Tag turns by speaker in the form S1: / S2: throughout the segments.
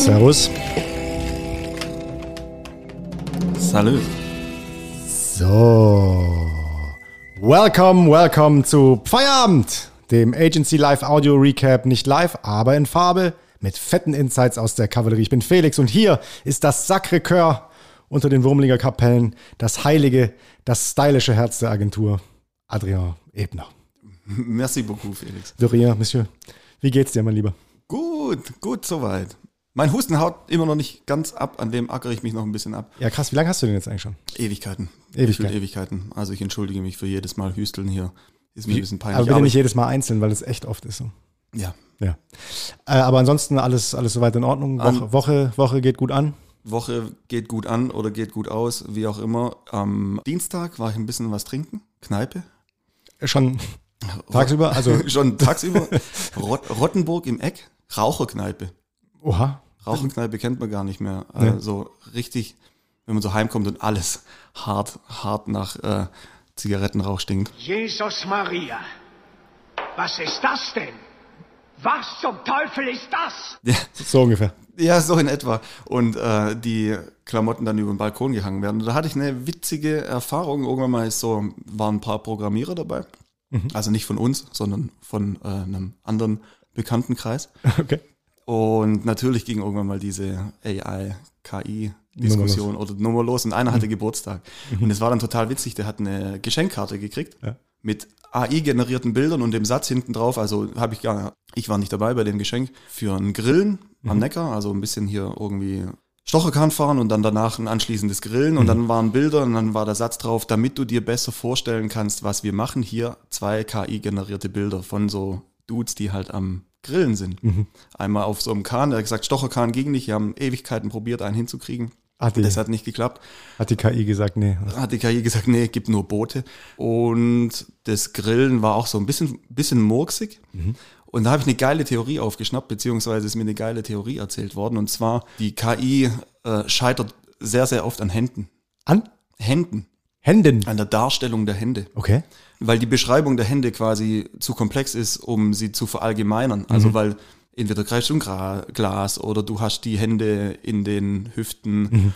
S1: Servus.
S2: Salü.
S1: So. Welcome zu Feierabend, dem Agency Live Audio Recap. Nicht live, aber in Farbe, mit fetten Insights aus der Kavallerie. Ich bin Felix und hier ist das Sacré-Cœur unter den Wurmlinger Kapellen, das heilige, das stylische Herz der Agentur, Adrien Ebner.
S2: Merci beaucoup, Felix.
S1: De rien, Monsieur. Wie geht's dir, mein Lieber?
S2: Gut soweit. Mein Husten haut immer noch nicht ganz ab, an dem ackere ich mich noch ein bisschen ab.
S1: Ja, krass, wie lange hast du denn jetzt eigentlich schon?
S2: Ewigkeiten. Also ich entschuldige mich für jedes Mal Hüsteln hier. Ist mir ein bisschen peinlich.
S1: Aber bitte nicht jedes Mal einzeln, weil es echt oft ist so.
S2: Ja.
S1: Aber ansonsten alles soweit in Ordnung. Woche geht gut an.
S2: Woche geht gut an oder geht gut aus, wie auch immer. Am Dienstag war ich ein bisschen was trinken. Kneipe.
S1: Schon tagsüber? Also
S2: schon tagsüber. Rottenburg im Eck. Raucherkneipe.
S1: Oha.
S2: Raucherkneipe kennt man gar nicht mehr.
S1: Ja.
S2: So richtig, wenn man so heimkommt und alles hart nach Zigarettenrauch stinkt.
S3: Jesus Maria, was ist das denn? Was zum Teufel ist das?
S2: Ja.
S1: so ungefähr.
S2: Ja, so in etwa. Und die Klamotten dann über den Balkon gehangen werden. Und da hatte ich eine witzige Erfahrung. Irgendwann mal waren ein paar Programmierer dabei. Mhm. Also nicht von uns, sondern von einem anderen Bekanntenkreis.
S1: Okay.
S2: Und natürlich ging irgendwann mal diese AI-KI-Diskussion oder Nummer los. Und einer hatte Geburtstag. Und es war dann total witzig. Der hat eine Geschenkkarte gekriegt mit AI-generierten Bildern und dem Satz hinten drauf. Also ich war nicht dabei bei dem Geschenk, für ein Grillen am Neckar. Also ein bisschen hier irgendwie Stocherkahn fahren und dann danach ein anschließendes Grillen. Und dann waren Bilder und dann war der Satz drauf, damit du dir besser vorstellen kannst, was wir machen. Hier 2 KI-generierte Bilder von so Dudes, die halt am Grillen sind. Einmal auf so einem Kahn, der hat gesagt, Stocherkahn ging nicht, wir haben Ewigkeiten probiert, einen hinzukriegen. Das hat nicht geklappt.
S1: Hat die KI gesagt, nee.
S2: Gibt nur Boote. Und das Grillen war auch so ein bisschen murksig. Und da habe ich eine geile Theorie aufgeschnappt, beziehungsweise ist mir eine geile Theorie erzählt worden. Und zwar, die KI scheitert sehr, sehr oft an Händen.
S1: An?
S2: Händen.
S1: Händen?
S2: An der Darstellung der Hände.
S1: Okay.
S2: Weil die Beschreibung der Hände quasi zu komplex ist, um sie zu verallgemeinern. Also weil entweder greifst du ein Glas oder du hast die Hände in den Hüften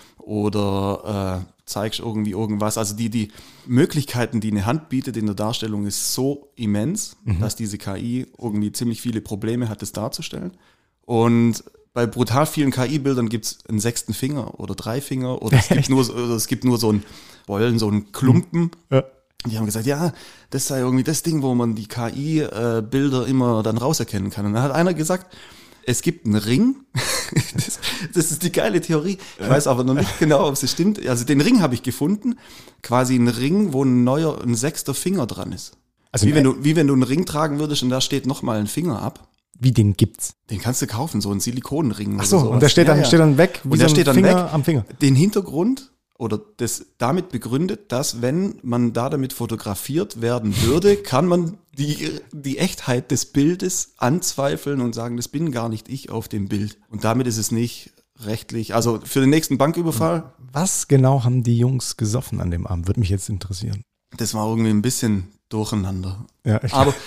S2: oder zeigst irgendwie irgendwas. Also die Möglichkeiten, die eine Hand bietet in der Darstellung, ist so immens, dass diese KI irgendwie ziemlich viele Probleme hat, das darzustellen. Und bei brutal vielen KI-Bildern gibt es einen 6. Finger oder 3 Finger oder es gibt nur so einen Bollen, so einen Klumpen.
S1: Ja.
S2: Die haben gesagt, ja, das sei irgendwie das Ding, wo man die KI-Bilder immer dann rauserkennen kann. Und dann hat einer gesagt, es gibt einen Ring. Das ist die geile Theorie. Ich weiß aber noch nicht genau, ob es stimmt. Also den Ring habe ich gefunden. Quasi ein Ring, wo ein 6. Finger dran ist. Also wie wenn du einen Ring tragen würdest und da steht nochmal ein Finger ab.
S1: Wie, den gibt's?
S2: Den kannst du kaufen, so einen Silikonring.
S1: Ach so, und der steht dann weg, wie so ein Finger am Finger.
S2: Den Hintergrund oder das damit begründet, dass wenn man damit fotografiert werden würde, kann man die Echtheit des Bildes anzweifeln und sagen, das bin gar nicht ich auf dem Bild. Und damit ist es nicht rechtlich, also für den nächsten Banküberfall.
S1: Was genau haben die Jungs gesoffen an dem Abend? Würde mich jetzt interessieren.
S2: Das war irgendwie ein bisschen durcheinander.
S1: Ja,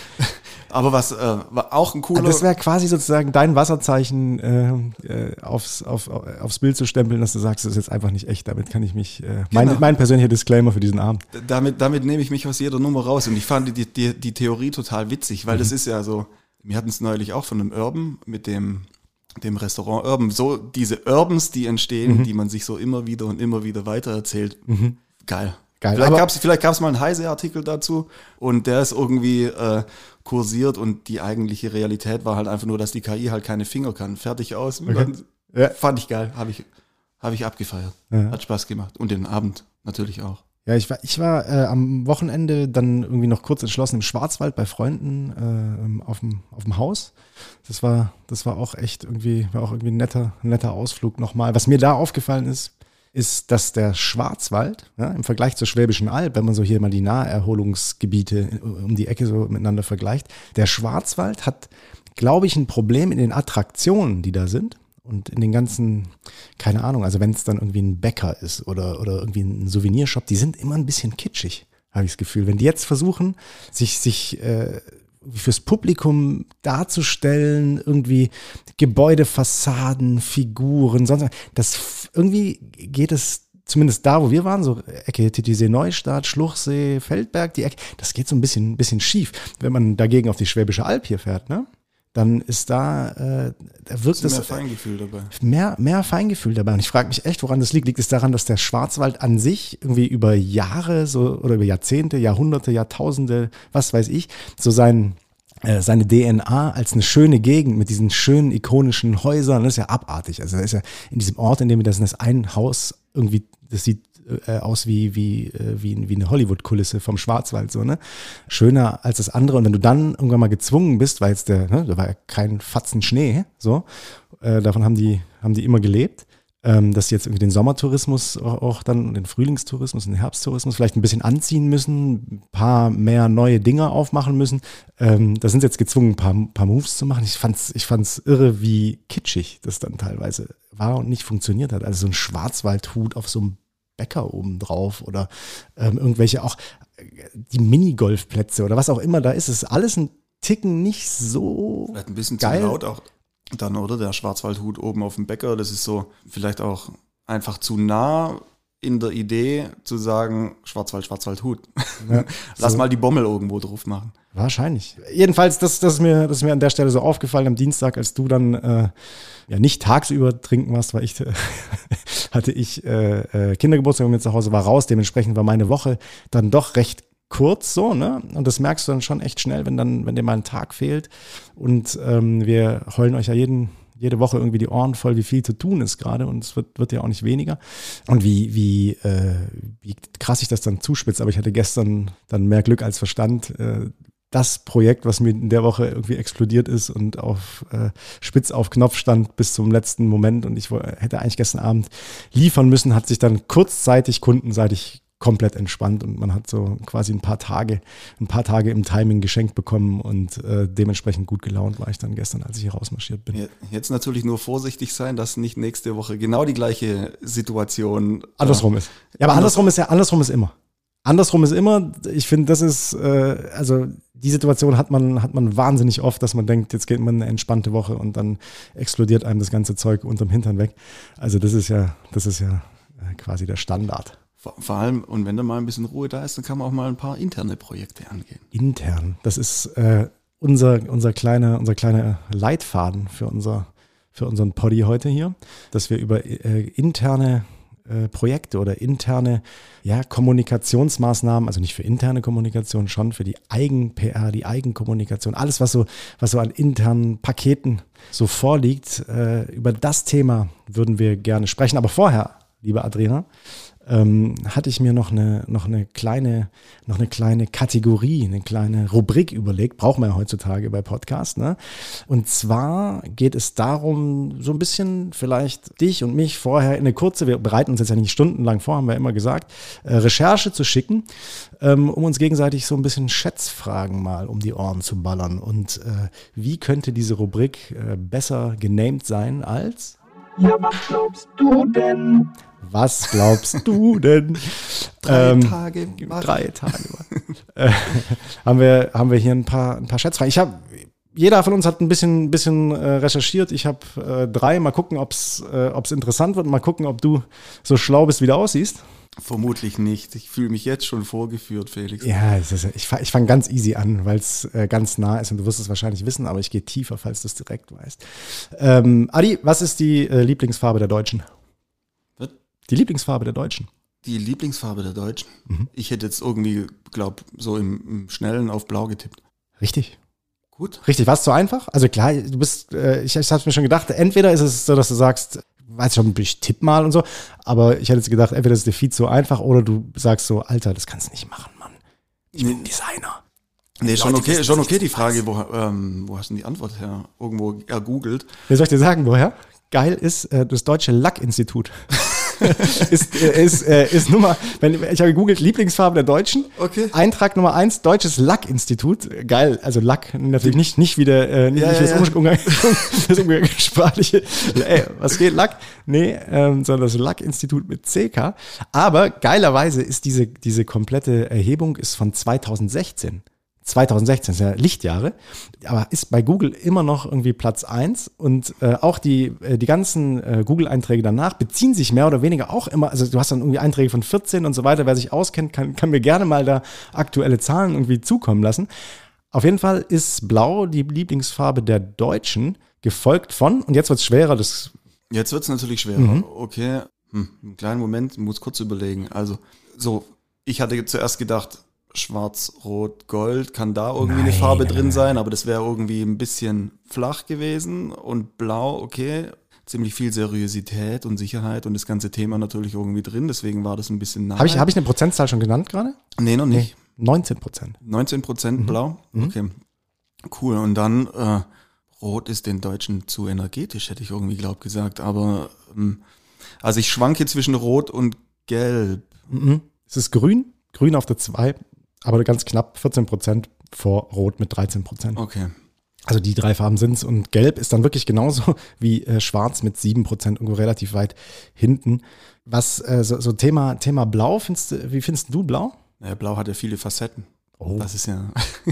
S2: aber was war auch ein cooler...
S1: Das wäre quasi sozusagen dein Wasserzeichen aufs Bild zu stempeln, dass du sagst, das ist jetzt einfach nicht echt. Damit kann ich mich... Mein persönlicher Disclaimer für diesen Abend.
S2: Damit nehme ich mich aus jeder Nummer raus. Und ich fand die Theorie total witzig, weil das ist ja so... Wir hatten es neulich auch von einem Urban mit dem Restaurant Urban. So diese Urbans, die entstehen, die man sich so immer wieder weiter erzählt. Geil. Vielleicht gab es mal einen Heise-Artikel dazu und der ist irgendwie kursiert und die eigentliche Realität war halt einfach nur, dass die KI halt keine Finger kann. Fertig aus.
S1: Okay.
S2: Fand ich geil. Habe ich abgefeiert. Ja. Hat Spaß gemacht. Und den Abend natürlich auch.
S1: Ja, ich war am Wochenende dann irgendwie noch kurz entschlossen im Schwarzwald bei Freunden auf dem Haus. Das war auch echt irgendwie ein netter Ausflug nochmal. Was mir da aufgefallen ist, dass der Schwarzwald, ja, im Vergleich zur Schwäbischen Alb, wenn man so hier mal die Naherholungsgebiete um die Ecke so miteinander vergleicht, der Schwarzwald hat, glaube ich, ein Problem in den Attraktionen, die da sind. Und in den ganzen, keine Ahnung, also wenn es dann irgendwie ein Bäcker ist oder irgendwie ein Souvenirshop, die sind immer ein bisschen kitschig, habe ich das Gefühl. Wenn die jetzt versuchen, sich fürs Publikum darzustellen, irgendwie Gebäudefassaden, Figuren, sonst das irgendwie geht es zumindest da, wo wir waren, so Ecke Titisee Neustadt, Schluchsee, Feldberg, die Ecke, das geht so ein bisschen schief. Wenn man dagegen auf die Schwäbische Alb hier fährt, ne? Dann ist da wirkt das
S2: mehr Feingefühl dabei.
S1: Mehr Feingefühl dabei. Und ich frage mich echt, woran das liegt. Liegt es daran, dass der Schwarzwald an sich irgendwie über Jahre so oder über Jahrzehnte, Jahrhunderte, Jahrtausende, was weiß ich, so seine DNA als eine schöne Gegend mit diesen schönen ikonischen Häusern, das ist ja abartig. Also das ist ja in diesem Ort, in dem wir das ist ein Haus irgendwie, das sieht aus wie eine Hollywood-Kulisse vom Schwarzwald, so, ne? Schöner als das andere. Und wenn du dann irgendwann mal gezwungen bist, weil jetzt da war ja kein Fatzen Schnee, so, davon haben die immer gelebt, dass sie jetzt irgendwie den Sommertourismus auch dann, den Frühlingstourismus, den Herbsttourismus vielleicht ein bisschen anziehen müssen, ein paar mehr neue Dinge aufmachen müssen. Da sind sie jetzt gezwungen, ein paar Moves zu machen. Ich fand's irre, wie kitschig das dann teilweise war und nicht funktioniert hat. Also so ein Schwarzwaldhut auf so einem Bäcker oben drauf oder irgendwelche auch die Minigolfplätze oder was auch immer da ist. Es ist alles ein Ticken nicht so
S2: vielleicht ein bisschen
S1: geil.
S2: zu laut auch dann, oder? Der Schwarzwaldhut oben auf dem Bäcker, das ist so vielleicht auch einfach zu nah in der Idee zu sagen, Schwarzwaldhut. Ja, lass mal die Bommel irgendwo drauf machen.
S1: Wahrscheinlich. Jedenfalls, das ist mir an der Stelle so aufgefallen am Dienstag, als du dann nicht tagsüber trinken warst, weil hatte ich Kindergeburtstag bei mir zu Hause, war raus, dementsprechend war meine Woche dann doch recht kurz so, ne? Und das merkst du dann schon echt schnell, wenn dir mal ein Tag fehlt. Und wir heulen euch ja jede Woche irgendwie die Ohren voll, wie viel zu tun ist gerade und es wird ja auch nicht weniger. Und wie krass ich das dann zuspitze. Aber ich hatte gestern dann mehr Glück als Verstand. Das Projekt, was mir in der Woche irgendwie explodiert ist und auf spitz auf Knopf stand bis zum letzten Moment und ich hätte eigentlich gestern Abend liefern müssen, hat sich dann kundenseitig komplett entspannt und man hat so quasi ein paar Tage im Timing geschenkt bekommen und dementsprechend gut gelaunt war ich dann gestern, als ich hier rausmarschiert bin.
S2: Jetzt natürlich nur vorsichtig sein, dass nicht nächste Woche genau die gleiche Situation
S1: andersrum ist. Ja, aber andersrum ist immer. Andersrum ist immer, ich finde, das ist, also die Situation hat man wahnsinnig oft, dass man denkt, jetzt geht man eine entspannte Woche und dann explodiert einem das ganze Zeug unterm Hintern weg. Also das ist ja quasi der Standard.
S2: Vor allem, und wenn da mal ein bisschen Ruhe da ist, dann kann man auch mal ein paar interne Projekte angehen.
S1: Intern, das ist unser kleiner Leitfaden für unseren Poddy heute hier, dass wir über interne Projekte oder interne Kommunikationsmaßnahmen, also nicht für interne Kommunikation, schon für die Eigen-PR, die Eigenkommunikation, alles, was so an internen Paketen so vorliegt, über das Thema würden wir gerne sprechen. Aber vorher, liebe Adriana, hatte ich mir noch eine kleine Kategorie, eine kleine Rubrik überlegt, braucht man ja heutzutage bei Podcasts, ne? Und zwar geht es darum, so ein bisschen vielleicht dich und mich vorher in eine kurze, wir bereiten uns jetzt ja nicht stundenlang vor, haben wir immer gesagt, Recherche zu schicken, um uns gegenseitig so ein bisschen Schätzfragen mal um die Ohren zu ballern. Und wie könnte diese Rubrik besser genamed sein als?
S3: Ja, was glaubst du denn?
S1: Was glaubst du denn?
S2: 3 Tage.
S1: 3 Tage. Haben wir hier ein paar Schätzfragen. Jeder von uns hat ein bisschen recherchiert. Ich habe 3. Mal gucken, ob's interessant wird. Mal gucken, ob du so schlau bist, wie du aussiehst.
S2: Vermutlich nicht. Ich fühle mich jetzt schon vorgeführt, Felix.
S1: Ja, ich fange ganz easy an, weil es ganz nah ist und du wirst es wahrscheinlich wissen, aber ich gehe tiefer, falls du es direkt weißt. Adi, was ist die Lieblingsfarbe der Deutschen?
S2: Was?
S1: Die Lieblingsfarbe der Deutschen.
S2: Die Lieblingsfarbe der Deutschen? Mhm. Ich hätte jetzt irgendwie, so im Schnellen auf Blau getippt.
S1: Richtig.
S2: Gut.
S1: Richtig, war es zu einfach? Also klar, du bist, ich habe mir schon gedacht, entweder ist es so, dass du sagst, weiß schon, ich tipp mal und so, aber ich hätte jetzt gedacht, entweder ist der Feed so einfach oder du sagst so, Alter, das kannst du nicht machen, Mann. Ich bin Designer.
S2: Nee, schon okay die Frage, wo hast du denn die Antwort her? Irgendwo ergoogelt.
S1: Wie soll ich dir sagen, woher? Geil ist das Deutsche Lack-Institut. ist Nummer, ich habe gegoogelt, Lieblingsfarbe der Deutschen.
S2: Okay.
S1: Eintrag Nummer 1, Deutsches Lack-Institut. Geil, also Lack natürlich nicht wieder, das umgangssprachliche, was geht, Lack? Nee, sondern das Lack-Institut mit CK. Aber geilerweise ist diese komplette Erhebung ist von 2016. 2016, das ist ja Lichtjahre, aber ist bei Google immer noch irgendwie Platz 1 und auch die ganzen Google-Einträge danach beziehen sich mehr oder weniger auch immer, also du hast dann irgendwie Einträge von 14 und so weiter, wer sich auskennt, kann mir gerne mal da aktuelle Zahlen irgendwie zukommen lassen. Auf jeden Fall ist Blau die Lieblingsfarbe der Deutschen, gefolgt von, und jetzt wird es schwerer,
S2: Jetzt wird es natürlich schwerer. Okay, einen kleinen Moment, muss kurz überlegen. Also, ich hatte zuerst gedacht, Schwarz, Rot, Gold, kann da irgendwie eine Farbe drin sein, aber das wäre irgendwie ein bisschen flach gewesen. Und Blau, okay, ziemlich viel Seriosität und Sicherheit und das ganze Thema natürlich irgendwie drin, deswegen war das ein bisschen nahe.
S1: Habe ich eine Prozentzahl schon genannt gerade?
S2: Nee, noch nicht.
S1: 19%.
S2: 19% Blau? Okay, cool. Und dann Rot ist den Deutschen zu energetisch, hätte ich irgendwie gesagt. Aber also ich schwanke zwischen Rot und Gelb.
S1: Es ist Grün auf der 2, aber ganz knapp 14% vor Rot mit 13%.
S2: Okay.
S1: Also die 3 Farben sind's, und Gelb ist dann wirklich genauso wie Schwarz mit 7%, irgendwo relativ weit hinten. Was so Thema Blau, wie findest du Blau?
S2: Naja, Blau hat ja viele Facetten.
S1: Oh.
S2: Das ist ja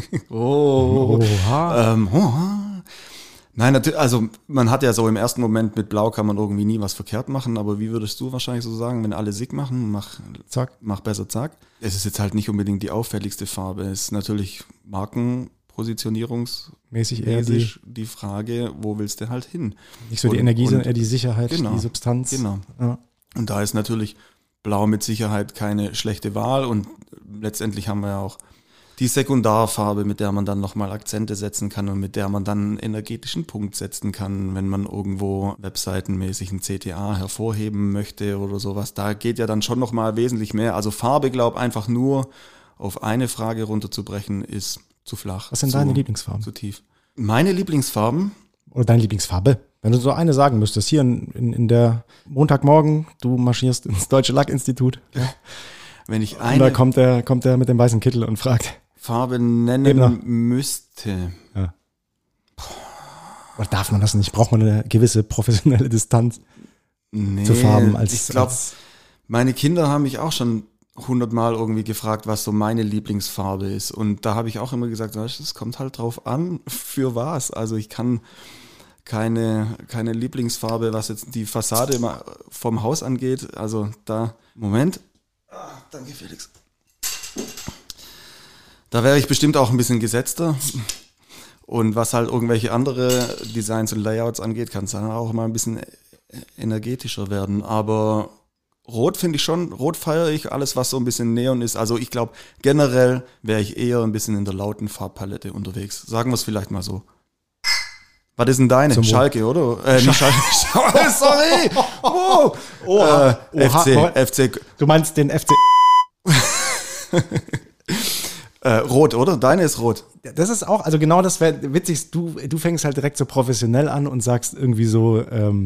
S2: Nein, natürlich, also man hat ja so im ersten Moment mit Blau kann man irgendwie nie was verkehrt machen, aber wie würdest du wahrscheinlich so sagen, wenn alle Sick machen, mach besser zack. Es ist jetzt halt nicht unbedingt die auffälligste Farbe, es ist natürlich markenpositionierungsmäßig
S1: eher
S2: die Frage, wo willst du halt hin?
S1: Nicht so die Energie, sondern eher die Sicherheit, die Substanz.
S2: Genau.
S1: Ja.
S2: Und da ist natürlich Blau mit Sicherheit keine schlechte Wahl, und letztendlich haben wir ja auch die Sekundarfarbe, mit der man dann nochmal Akzente setzen kann und mit der man dann einen energetischen Punkt setzen kann, wenn man irgendwo webseitenmäßig ein CTA hervorheben möchte oder sowas. Da geht ja dann schon nochmal wesentlich mehr. Also Farbe, einfach nur auf eine Frage runterzubrechen, ist zu flach.
S1: Was sind deine Lieblingsfarben?
S2: Zu tief. Meine Lieblingsfarben?
S1: Oder deine Lieblingsfarbe? Wenn du so eine sagen müsstest, hier in der Montagmorgen, du marschierst ins Deutsche Lackinstitut. Ja.
S2: Wenn ich
S1: und da kommt der mit dem weißen Kittel und fragt.
S2: Farbe nennen müsste.
S1: Ja. Oder darf man das nicht? Braucht man eine gewisse professionelle Distanz zu Farben?
S2: Ich glaube, meine Kinder haben mich auch schon 100-mal irgendwie gefragt, was so meine Lieblingsfarbe ist. Und da habe ich auch immer gesagt, es kommt halt drauf an, für was. Also ich kann keine Lieblingsfarbe, was jetzt die Fassade vom Haus angeht. Also da, Moment. Danke, Felix. Da wäre ich bestimmt auch ein bisschen gesetzter. Und was halt irgendwelche andere Designs und Layouts angeht, kann es dann auch mal ein bisschen energetischer werden. Aber Rot finde ich schon, Rot feiere ich, alles was so ein bisschen Neon ist. Also ich glaube, generell wäre ich eher ein bisschen in der lauten Farbpalette unterwegs. Sagen wir es vielleicht mal so. Was ist denn deine? Schalke, oder? Nicht Schalke. Sorry! FC.
S1: Du meinst den FC.
S2: Rot, oder? Deine ist rot.
S1: Das ist auch, also genau das wäre witzig, du fängst halt direkt so professionell an und sagst irgendwie so,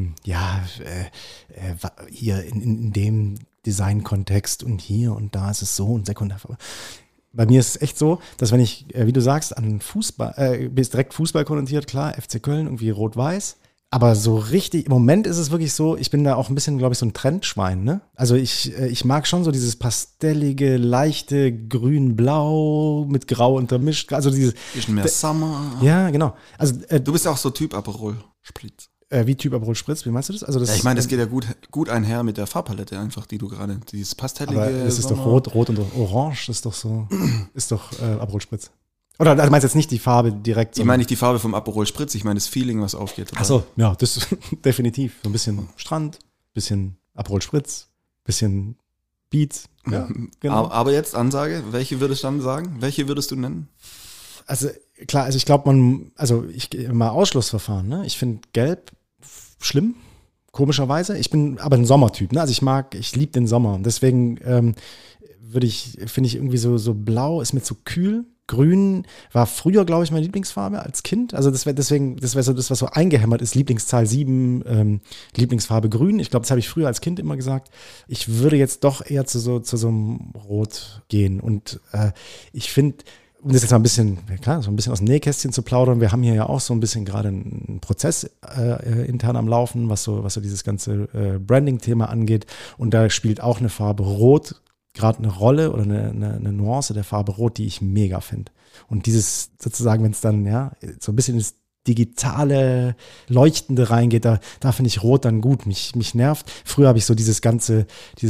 S1: hier in dem Design-Kontext und hier und da ist es so und Sekundärfarbe. Bei mir ist es echt so, dass wenn ich, wie du sagst, an Fußball, bist direkt Fußball konnotiert, klar, FC Köln, irgendwie rot-weiß. Aber so richtig, im Moment ist es wirklich so, ich bin da auch ein bisschen, glaube ich, so ein Trendschwein, ne? Also ich mag schon so dieses pastellige, leichte Grün-Blau mit Grau untermischt. Also dieses.
S2: Bisschen mehr Summer.
S1: Ja, genau. Also,
S2: du bist ja auch so Typ Aperol Spritz.
S1: Wie Typ Aperol Spritz, wie meinst du das? Also das
S2: ich meine, das geht ja gut einher mit der Farbpalette einfach, die du gerade, dieses pastellige.
S1: Aber es ist doch rot und Orange, ist doch so, ist doch Aperol Spritz. Oder du meinst jetzt nicht die Farbe direkt?
S2: Ich meine nicht die Farbe vom Aperol Spritz, ich meine das Feeling, was aufgeht.
S1: Ach so, ja, das definitiv. So ein bisschen Strand, bisschen Aperol Spritz, bisschen Beats.
S2: Ja, genau. Aber jetzt Ansage, welche würdest du dann sagen? Welche würdest du nennen?
S1: Also klar, also ich glaube, ich gehe mal Ausschlussverfahren, ne? Ich finde Gelb schlimm, komischerweise. Ich bin aber ein Sommertyp, ne? Also ich liebe den Sommer. Und deswegen finde ich irgendwie so blau ist mir zu kühl. Grün war früher, glaube ich, meine Lieblingsfarbe als Kind. Also das wäre so das, was so eingehämmert ist. Lieblingszahl 7, Lieblingsfarbe Grün. Ich glaube, das habe ich früher als Kind immer gesagt. Ich würde jetzt doch eher zu so einem Rot gehen. Und ich finde, um das jetzt mal ein bisschen, klar, so ein bisschen aus dem Nähkästchen zu plaudern, wir haben hier ja auch so ein bisschen gerade einen Prozess intern am Laufen, was so dieses ganze Branding-Thema angeht. Und da spielt auch eine Farbe Rot gerade eine Rolle oder eine Nuance der Farbe Rot, die ich mega finde. Und dieses sozusagen, wenn es dann so ein bisschen ins digitale, leuchtende reingeht, da finde ich Rot dann gut. Mich nervt. Früher habe ich so dieses ganze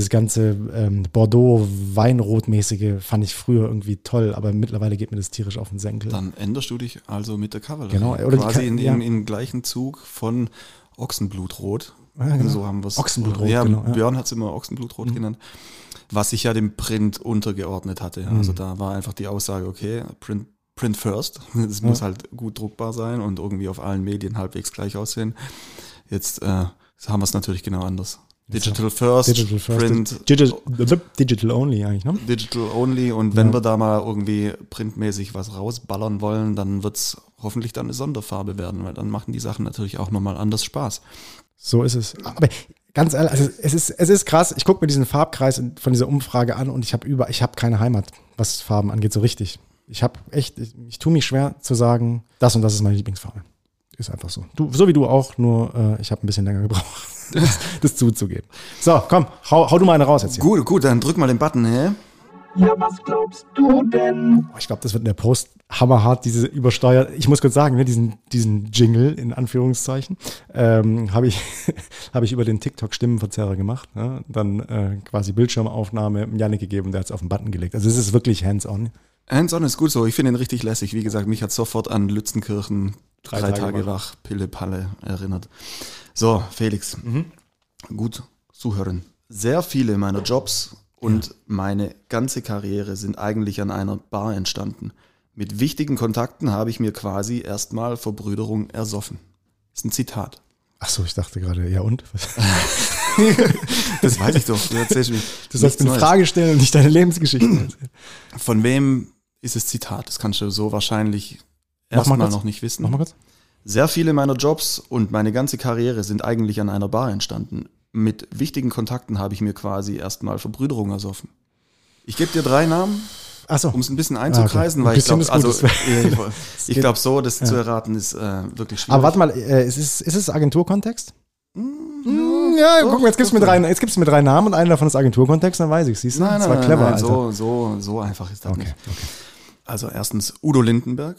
S1: Bordeaux-Weinrot-mäßige fand ich früher irgendwie toll, aber mittlerweile geht mir das tierisch auf den Senkel.
S2: Dann änderst du dich also mit der Kavallerie.
S1: Genau. Oder
S2: quasi in gleichen Zug von Ochsenblutrot.
S1: Ja, genau.
S2: So haben wir es.
S1: Ochsenblutrot,
S2: ja,
S1: genau. Ja.
S2: Björn hat es immer Ochsenblutrot genannt. Was sich ja dem Print untergeordnet hatte. Also da war einfach die Aussage, okay, Print first. Es muss halt gut druckbar sein und irgendwie auf allen Medien halbwegs gleich aussehen. Jetzt haben wir es natürlich genau anders. Digital first, Print.
S1: Digital only eigentlich, ne?
S2: Digital only. Und wenn wir da mal irgendwie printmäßig was rausballern wollen, dann wird es hoffentlich dann eine Sonderfarbe werden, weil dann machen die Sachen natürlich auch nochmal anders Spaß.
S1: So ist es. Aber ganz ehrlich, also es ist krass. Ich gucke mir diesen Farbkreis von dieser Umfrage an und ich habe keine Heimat, was Farben angeht, so richtig. Ich tue mich schwer zu sagen, das und das ist meine Lieblingsfarbe. Ist einfach so. So wie du auch, nur ich habe ein bisschen länger gebraucht, das zuzugeben. So, komm, hau du mal eine raus jetzt hier.
S2: Gut, dann drück mal den Button, hä?
S3: Ja, was glaubst du denn?
S1: Ich glaube, das wird in der Post hammerhart, diese übersteuert. Ich muss kurz sagen, ne, diesen Jingle in Anführungszeichen habe ich über den TikTok-Stimmenverzerrer gemacht. Ne? Dann quasi Bildschirmaufnahme Jannik gegeben, der hat es auf den Button gelegt. Also es ist wirklich hands-on.
S2: Hands-on ist gut so. Ich finde ihn richtig lässig. Wie gesagt, mich hat sofort an Lützenkirchen 3 Tage wach, Pille-Palle erinnert. So, Felix, gut zuhören. Sehr viele meiner Jobs und meine ganze Karriere sind eigentlich an einer Bar entstanden. Mit wichtigen Kontakten habe ich mir quasi erstmal Verbrüderung ersoffen. Das ist ein Zitat.
S1: Ach so, ich dachte gerade, ja und?
S2: Das weiß ich doch.
S1: Du sollst mir eine Frage stellen und nicht deine Lebensgeschichte erzählen.
S2: Von wem ist das Zitat? Das kannst du so wahrscheinlich erstmal noch nicht wissen.
S1: Mach mal kurz.
S2: Sehr viele meiner Jobs und meine ganze Karriere sind eigentlich an einer Bar entstanden. Mit wichtigen Kontakten habe ich mir quasi erstmal Verbrüderung ersoffen. Ich gebe dir 3 Namen, um es ein bisschen einzukreisen, weil ich glaube, so das zu erraten ist wirklich schwierig.
S1: Aber warte mal, ist es Agenturkontext? Ja, guck mal, jetzt gibst du mir 3 Namen und einer davon ist Agenturkontext, dann weiß ich, siehst du?
S2: Nein,
S1: das war clever,
S2: nein,
S1: Alter.
S2: so einfach ist das nicht. Okay. Also erstens Udo Lindenberg,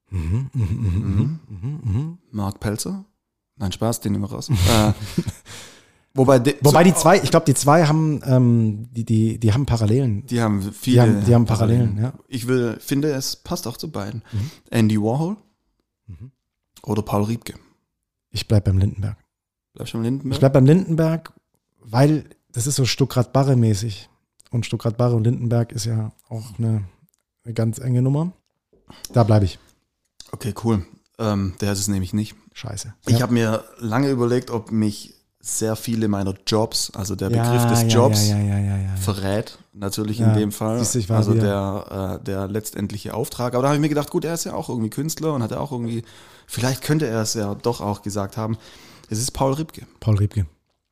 S2: Mark Pelzer. Nein, Spaß, den nehmen wir raus. Wobei die zwei, ich glaube, die zwei haben, die haben Parallelen. Die haben viele.
S1: Die haben Parallelen, ja.
S2: Ich finde, es passt auch zu beiden. Andy Warhol oder Paul Riebke.
S1: Ich bleib beim Lindenberg.
S2: Bleibst du beim Lindenberg?
S1: Ich bleib beim Lindenberg, weil das ist so Stuckrad-Barre-mäßig. Und Stuckrad-Barre und Lindenberg ist ja auch eine ganz enge Nummer. Da bleibe ich.
S2: Okay, cool. Der ist es nämlich nicht.
S1: Scheiße.
S2: Ich habe mir lange überlegt, ob mich sehr viele meiner Jobs, also der Begriff des Jobs verrät, natürlich in dem Fall. Also der letztendliche Auftrag. Aber da habe ich mir gedacht, gut, er ist ja auch irgendwie Künstler und hat ja auch irgendwie, vielleicht könnte er es ja doch auch gesagt haben. Es ist Paul Riebke.
S1: Paul Riebke,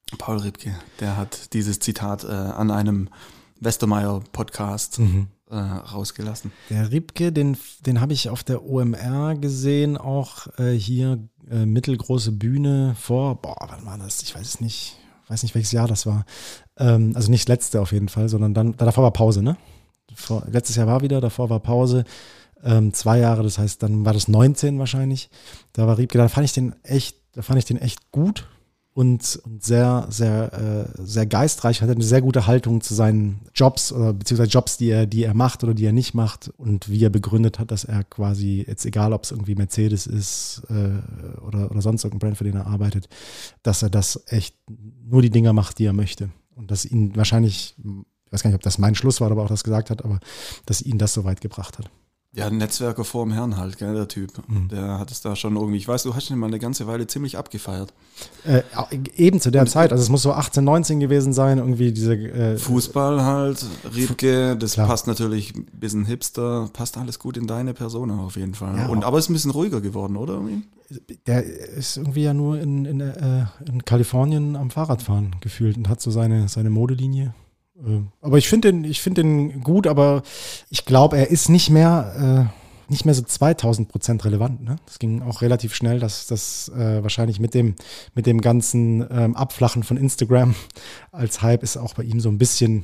S2: der hat dieses Zitat an einem Westermeier-Podcast rausgelassen.
S1: Der Riebke, den habe ich auf der OMR gesehen, auch hier mittelgroße Bühne wann war das? Ich weiß es nicht. Ich weiß nicht, welches Jahr das war. Also nicht letzte auf jeden Fall, sondern davor war Pause, ne? Letztes Jahr war wieder, davor war Pause. 2 Jahre, das heißt, dann war das 19 wahrscheinlich. Da war Riebke, da fand ich den echt gut und sehr, sehr, sehr geistreich. Hat eine sehr gute Haltung zu seinen Jobs oder beziehungsweise Jobs, die er macht oder die er nicht macht und wie er begründet hat, dass er quasi jetzt egal, ob es irgendwie Mercedes ist oder sonst irgendein Brand, für den er arbeitet, dass er das echt nur die Dinger macht, die er möchte und dass ihn wahrscheinlich, ich weiß gar nicht, ob das mein Schluss war, aber auch das gesagt hat, aber dass ihn das so weit gebracht hat.
S2: Ja, ein Netzwerker vor dem Herrn halt, gell, der Typ. Der hat es da schon irgendwie, ich weiß, du hast ihn mal eine ganze Weile ziemlich abgefeiert.
S1: Eben zu der Zeit, also es muss so 18, 19 gewesen sein, irgendwie diese
S2: Fußball halt, Riebke, das klar. Passt natürlich ein bisschen hipster, passt alles gut in deine Persona auf jeden Fall. Ja, aber ist ein bisschen ruhiger geworden, oder?
S1: Der ist irgendwie ja nur in Kalifornien am Fahrradfahren gefühlt und hat so seine Modelinie. Aber ich finde den gut, aber ich glaube, er ist nicht mehr so 2000% relevant. Ne? Das ging auch relativ schnell, dass das wahrscheinlich mit dem ganzen Abflachen von Instagram als Hype ist auch bei ihm so ein bisschen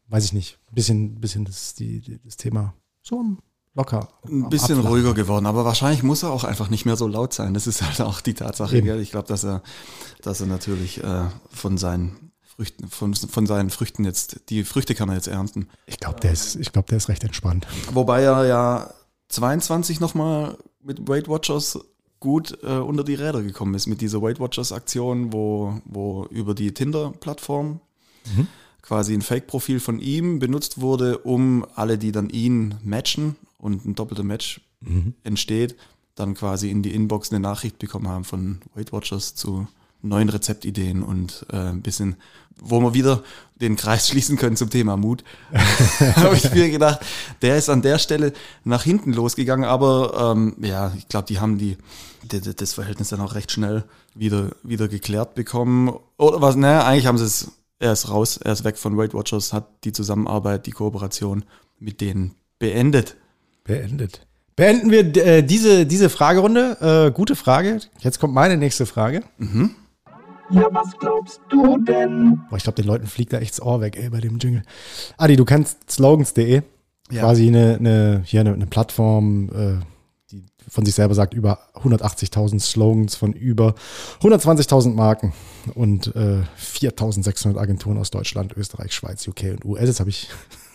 S1: weiß ich nicht, ein bisschen das Thema so locker.
S2: Ein bisschen ruhiger geworden, aber wahrscheinlich muss er auch einfach nicht mehr so laut sein. Das ist halt auch die Tatsache. Gell? Ich glaube, dass er natürlich von seinen Früchten jetzt, die Früchte kann er jetzt ernten.
S1: Ich glaube, der ist recht entspannt.
S2: Wobei er ja 22 nochmal mit Weight Watchers gut unter die Räder gekommen ist, mit dieser Weight Watchers Aktion, wo über die Tinder-Plattform quasi ein Fake-Profil von ihm benutzt wurde, um alle, die dann ihn matchen und ein doppelter Match entsteht, dann quasi in die Inbox eine Nachricht bekommen haben von Weight Watchers zu neuen Rezeptideen und ein bisschen, wo wir wieder den Kreis schließen können zum Thema Mut. Habe ich mir gedacht, der ist an der Stelle nach hinten losgegangen, aber ich glaube, die haben das Verhältnis dann auch recht schnell wieder geklärt bekommen. Oder was, eigentlich haben sie es, er ist raus, er ist weg von Weight Watchers, hat die Zusammenarbeit, die Kooperation mit denen beendet.
S1: Beenden wir diese Fragerunde. Gute Frage. Jetzt kommt meine nächste Frage.
S4: Ja, was glaubst du denn?
S1: Boah, ich glaube, den Leuten fliegt da echt das Ohr weg, bei dem Jingle. Adi, du kennst slogans.de. Ja. Quasi eine Plattform, die von sich selber sagt, über 180.000 Slogans von über 120.000 Marken und 4.600 Agenturen aus Deutschland, Österreich, Schweiz, UK und US. Jetzt habe ich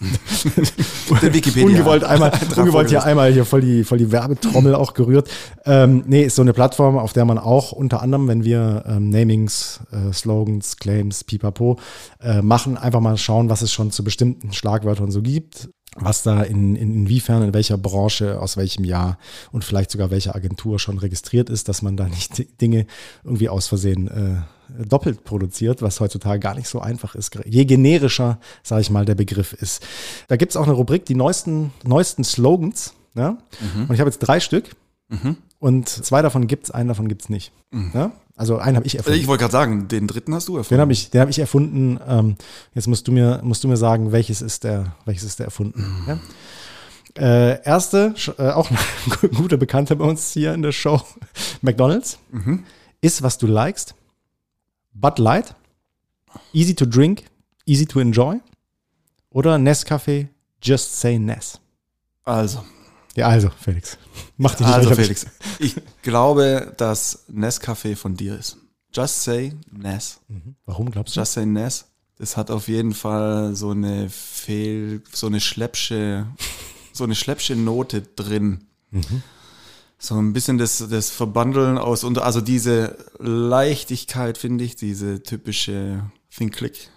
S1: ungewollt hier einmal voll die Werbetrommel auch gerührt. Ist so eine Plattform, auf der man auch unter anderem, wenn wir Namings, Slogans, Claims, Pipapo machen, einfach mal schauen, was es schon zu bestimmten Schlagwörtern so gibt, was da inwiefern, in welcher Branche, aus welchem Jahr und vielleicht sogar welcher Agentur schon registriert ist, dass man da nicht Dinge irgendwie aus Versehen doppelt produziert, was heutzutage gar nicht so einfach ist. Je generischer, sage ich mal, der Begriff ist. Da gibt es auch eine Rubrik, die neuesten Slogans. Ja? Und ich habe jetzt 3 Stück und 2 davon gibt's, einen davon gibt's nicht. Ja? Also einen habe ich erfunden.
S2: Ich wollte gerade sagen, den dritten hast du erfunden.
S1: Den hab ich erfunden. Jetzt musst du mir sagen, welches ist der erfunden. Ja? Erste, auch ein guter Bekannter bei uns hier in der Show, McDonald's. Ist, was du likest. Bud Light, easy to drink, easy to enjoy oder Nescafé, just say Nes.
S2: Also,
S1: Felix. Mach dich nicht
S2: Felix. Ich glaube, dass Nescafé von dir ist. Just say Nes.
S1: Warum glaubst du?
S2: Just say Nes. Das hat auf jeden Fall so eine schläppsche Note drin. So ein bisschen das Verbandeln also diese Leichtigkeit, finde ich, diese typische Think Click.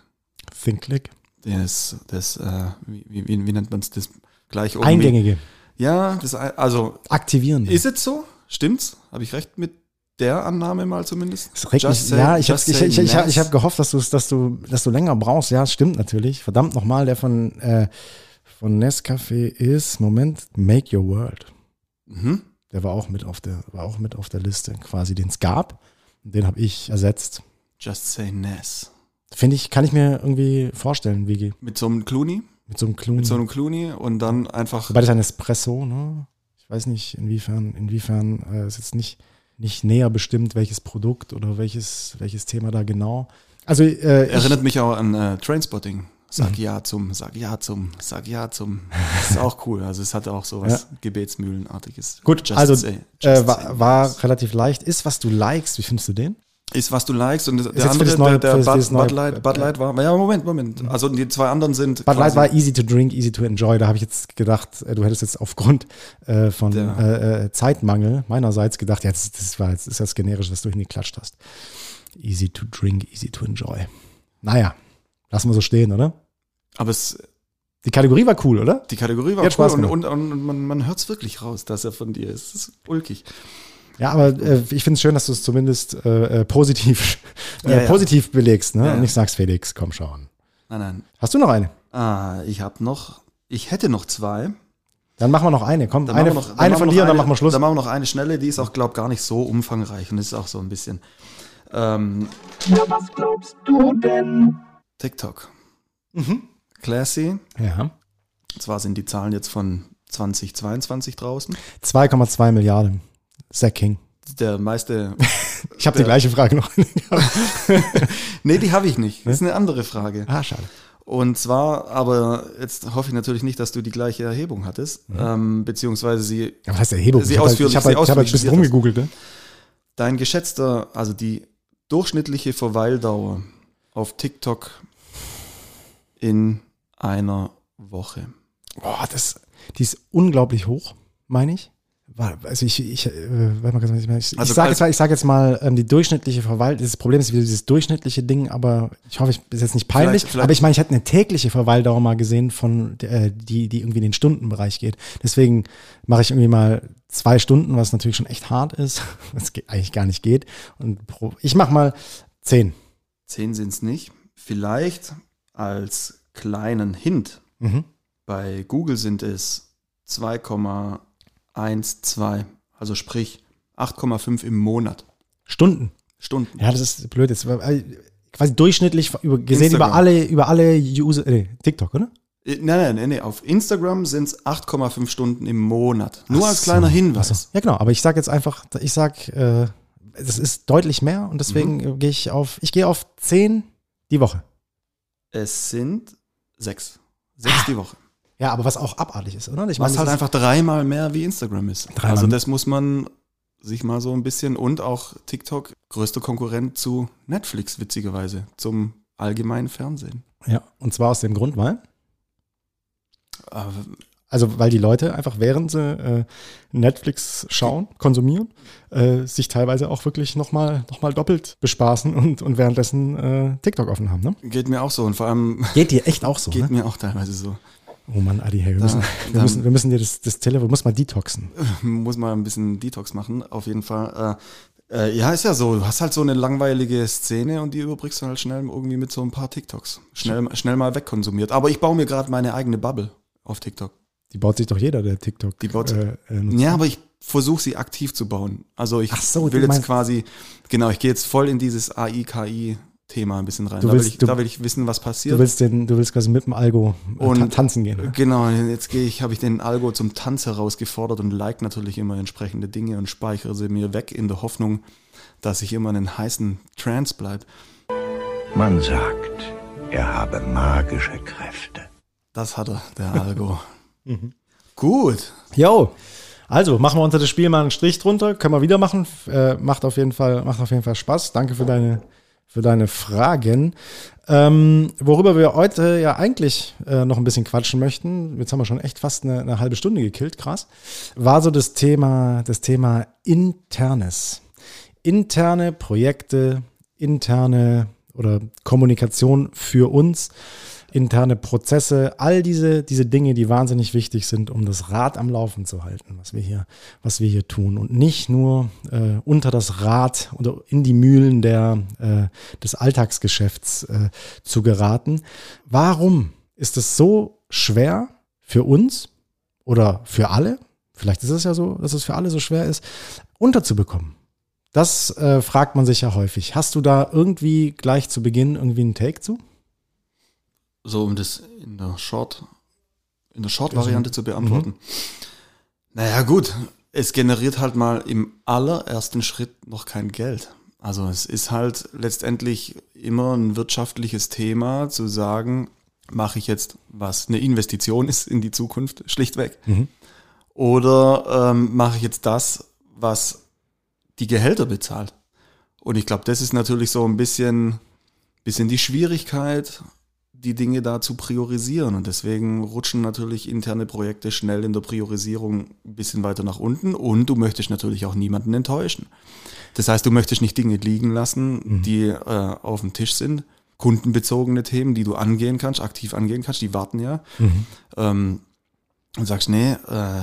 S2: Wie nennt man es? Das gleich irgendwie.
S1: Eingängige.
S2: Ja,
S1: aktivieren.
S2: Ist es so? Stimmt's? Habe ich recht mit der Annahme mal zumindest?
S1: Ich habe gehofft, dass du länger brauchst. Ja, es stimmt natürlich. Verdammt nochmal, der von Nescafé ist, Make Your World. Der war auch mit auf der Liste, quasi, den es gab. Den habe ich ersetzt.
S2: Just say Nes.
S1: Kann ich mir irgendwie vorstellen, Vigi.
S2: Mit so einem Clooney? Mit so einem Clooney und dann einfach.
S1: Wobei das ein Espresso, ne? Ich weiß nicht, inwiefern ist jetzt nicht näher bestimmt, welches Produkt oder welches Thema da genau. Also
S2: erinnert mich auch an Trainspotting. Sag ja zum. Das ist auch cool. Also es hatte auch so was Gebetsmühlenartiges.
S1: Gut, war relativ leicht. Ist, was du likest. Wie findest du den?
S2: Ist, was du likest. Und der andere, der Bud Light war. Ja, Moment. Also die 2 anderen sind.
S1: Bud Light war easy to drink, easy to enjoy. Da habe ich jetzt gedacht, du hättest jetzt aufgrund von Zeitmangel meinerseits gedacht, das ist das Generische, was du hingeklatscht hast. Easy to drink, easy to enjoy. Naja, lassen wir so stehen, oder?
S2: Aber
S1: die Kategorie war cool, oder?
S2: Die Kategorie war cool und man hört es wirklich raus, dass er von dir ist. Das ist ulkig.
S1: Ja, aber ich finde es schön, dass du es zumindest positiv belegst, ne? Ja. Und nicht sagst, Felix, komm schon.
S2: Nein.
S1: Hast du noch eine?
S2: Ich hätte noch 2.
S1: Dann machen wir noch eine. Komm, eine von dir und dann machen wir Schluss.
S2: Dann machen wir noch eine schnelle, die ist auch, glaube ich, gar nicht so umfangreich und ist auch so ein bisschen.
S4: Ja, was glaubst du denn?
S2: TikTok. Classy.
S1: Ja.
S2: Zwar sind die Zahlen jetzt von 2022 draußen.
S1: 2,2 Milliarden. Zach King.
S2: Der meiste.
S1: Ich habe die gleiche Frage noch.
S2: Nee, die habe ich nicht. Das ist eine andere Frage.
S1: Schade.
S2: Und zwar, aber jetzt hoffe ich natürlich nicht, dass du die gleiche Erhebung hattest, beziehungsweise sie.
S1: Ja, was heißt Erhebung?
S2: Sie
S1: Ich
S2: ausführlich,
S1: habe halt ein bisschen rumgegoogelt. Ne?
S2: Dein geschätzter, also die durchschnittliche Verweildauer auf TikTok in einer Woche.
S1: Boah, die ist unglaublich hoch, meine ich. Also ich sage jetzt mal, die durchschnittliche Verweildauer, das Problem ist wieder dieses durchschnittliche Ding, aber ich hoffe, ich bin jetzt nicht peinlich, vielleicht. Aber ich meine, ich hätte eine tägliche Verweildauer mal gesehen, von die irgendwie in den Stundenbereich geht. Deswegen mache ich irgendwie mal 2 Stunden, was natürlich schon echt hart ist, was eigentlich gar nicht geht. Und ich mache mal 10.
S2: 10 sind es nicht. Vielleicht als kleinen Hint, bei Google sind es 2,12, also sprich 8,5 im Monat.
S1: Stunden? Ja, das ist blöd. Jetzt quasi durchschnittlich gesehen über alle User, TikTok, oder?
S2: Nein. Auf Instagram sind es 8,5 Stunden im Monat. Nur als kleiner Hinweis.
S1: Ja, genau. Aber ich sage jetzt einfach, das ist deutlich mehr und deswegen gehe ich auf 10 die Woche.
S2: Es sind 6 die Woche.
S1: Ja, aber was auch abartig ist, oder?
S2: Was halt einfach 3-mal mehr wie Instagram ist. Also das muss man sich mal so ein bisschen, und auch TikTok, größter Konkurrent zu Netflix, witzigerweise, zum allgemeinen Fernsehen.
S1: Ja, und zwar aus dem Grund, weil die Leute einfach, während sie Netflix schauen, konsumieren, sich teilweise auch wirklich nochmal doppelt bespaßen und währenddessen TikTok offen haben. Ne?
S2: Geht mir auch so, und vor allem.
S1: Geht dir echt auch so?
S2: Geht mir auch teilweise so.
S1: Oh Mann, Adi, hey, wir müssen dir das Telefon, muss mal detoxen.
S2: Muss mal ein bisschen Detox machen, auf jeden Fall. Ja, ist ja so, du hast halt so eine langweilige Szene und die überbrückst du halt schnell irgendwie mit so ein paar TikToks. Schnell mal wegkonsumiert. Aber ich baue mir gerade meine eigene Bubble auf TikTok.
S1: Die baut sich doch jeder, der TikTok
S2: nutzt. Ja, aber ich versuche sie aktiv zu bauen. Also ich will jetzt quasi, genau, ich gehe jetzt voll in dieses AI-KI-Thema ein bisschen rein. Da will ich wissen, was passiert.
S1: Du willst quasi mit dem Algo tanzen gehen. Ne?
S2: Genau, jetzt habe ich den Algo zum Tanz herausgefordert und like natürlich immer entsprechende Dinge und speichere sie mir weg in der Hoffnung, dass ich immer in einen heißen Trance bleibe.
S5: Man sagt, er habe magische Kräfte.
S2: Das hat er, der Algo. Gut.
S1: Jo, also machen wir unter das Spiel mal einen Strich drunter. Können wir wieder machen. Macht auf jeden Fall Spaß. Danke für deine Fragen. Worüber wir heute ja eigentlich noch ein bisschen quatschen möchten, jetzt haben wir schon echt fast eine halbe Stunde gekillt, krass, war so das Thema Internes. Interne Projekte, interne oder Kommunikation für uns, interne Prozesse, all diese Dinge, die wahnsinnig wichtig sind, um das Rad am Laufen zu halten, was wir hier tun. Und nicht nur unter das Rad oder in die Mühlen des Alltagsgeschäfts zu geraten. Warum ist es so schwer für uns oder für alle, vielleicht ist es ja so, dass es für alle so schwer ist, unterzubekommen? Das fragt man sich ja häufig. Hast du da irgendwie gleich zu Beginn irgendwie einen Take zu?
S2: So, um das in der Short-Variante zu beantworten. Naja, gut, es generiert halt mal im allerersten Schritt noch kein Geld. Also es ist halt letztendlich immer ein wirtschaftliches Thema, zu sagen, mache ich jetzt, was eine Investition ist in die Zukunft, schlichtweg. Oder mache ich jetzt das, was die Gehälter bezahlt. Und ich glaube, das ist natürlich so ein bisschen die Schwierigkeit, die Dinge da zu priorisieren. Und deswegen rutschen natürlich interne Projekte schnell in der Priorisierung ein bisschen weiter nach unten. Und du möchtest natürlich auch niemanden enttäuschen. Das heißt, du möchtest nicht Dinge liegen lassen, die auf dem Tisch sind. Kundenbezogene Themen, die du aktiv angehen kannst, die warten ja. Und sagst, nee,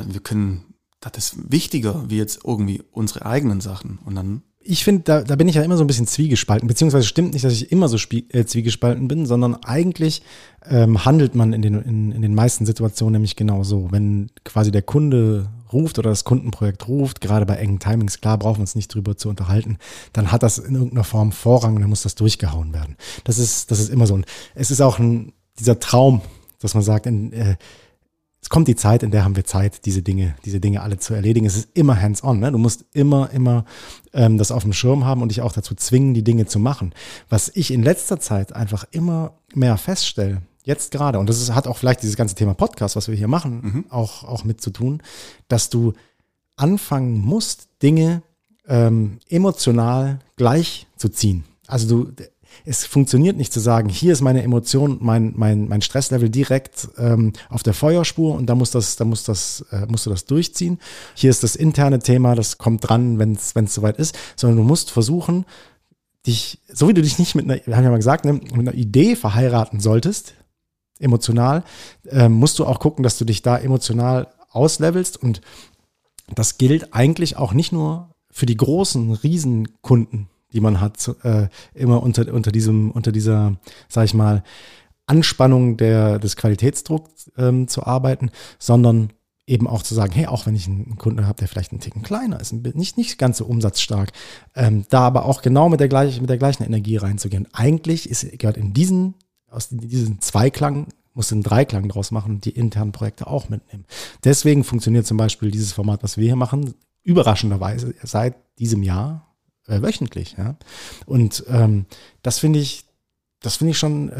S2: das ist wichtiger wie jetzt irgendwie unsere eigenen Sachen. Und dann
S1: ich finde, da bin ich ja immer so ein bisschen zwiegespalten, beziehungsweise stimmt nicht, dass ich immer so zwiegespalten bin, sondern eigentlich handelt man in den meisten Situationen nämlich genau so. Wenn quasi der Kunde ruft oder das Kundenprojekt ruft, gerade bei engen Timings, klar, brauchen wir uns nicht drüber zu unterhalten, dann hat das in irgendeiner Form Vorrang und dann muss das durchgehauen werden. Das ist immer so. Und es ist auch dieser Traum, dass man sagt, es kommt die Zeit, in der haben wir Zeit, diese Dinge alle zu erledigen. Es ist immer hands-on, ne? Du musst immer das auf dem Schirm haben und dich auch dazu zwingen, die Dinge zu machen. Was ich in letzter Zeit einfach immer mehr feststelle, jetzt gerade, und das hat auch vielleicht dieses ganze Thema Podcast, was wir hier machen, auch mit zu tun, dass du anfangen musst, Dinge emotional gleichzuziehen. Also es funktioniert nicht zu sagen, hier ist meine Emotion, mein Stresslevel direkt auf der Feuerspur und da musst du das durchziehen. Hier ist das interne Thema, das kommt dran, wenn es soweit ist, sondern du musst versuchen, so wie du dich nicht wir haben ja mal gesagt, ne, mit einer Idee verheiraten solltest, emotional, musst du auch gucken, dass du dich da emotional auslevelst, und das gilt eigentlich auch nicht nur für die großen Riesenkunden, die man hat, immer unter dieser, sag ich mal, Anspannung des Qualitätsdrucks zu arbeiten, sondern eben auch zu sagen, hey, auch wenn ich einen Kunden habe, der vielleicht einen Ticken kleiner ist, nicht ganz so umsatzstark, da aber auch genau mit der gleichen Energie reinzugehen. Eigentlich gehört aus diesem Zweiklang, musst du einen Dreiklang draus machen und die internen Projekte auch mitnehmen. Deswegen funktioniert zum Beispiel dieses Format, was wir hier machen, überraschenderweise seit diesem Jahr wöchentlich. Ja? Und das finde ich schon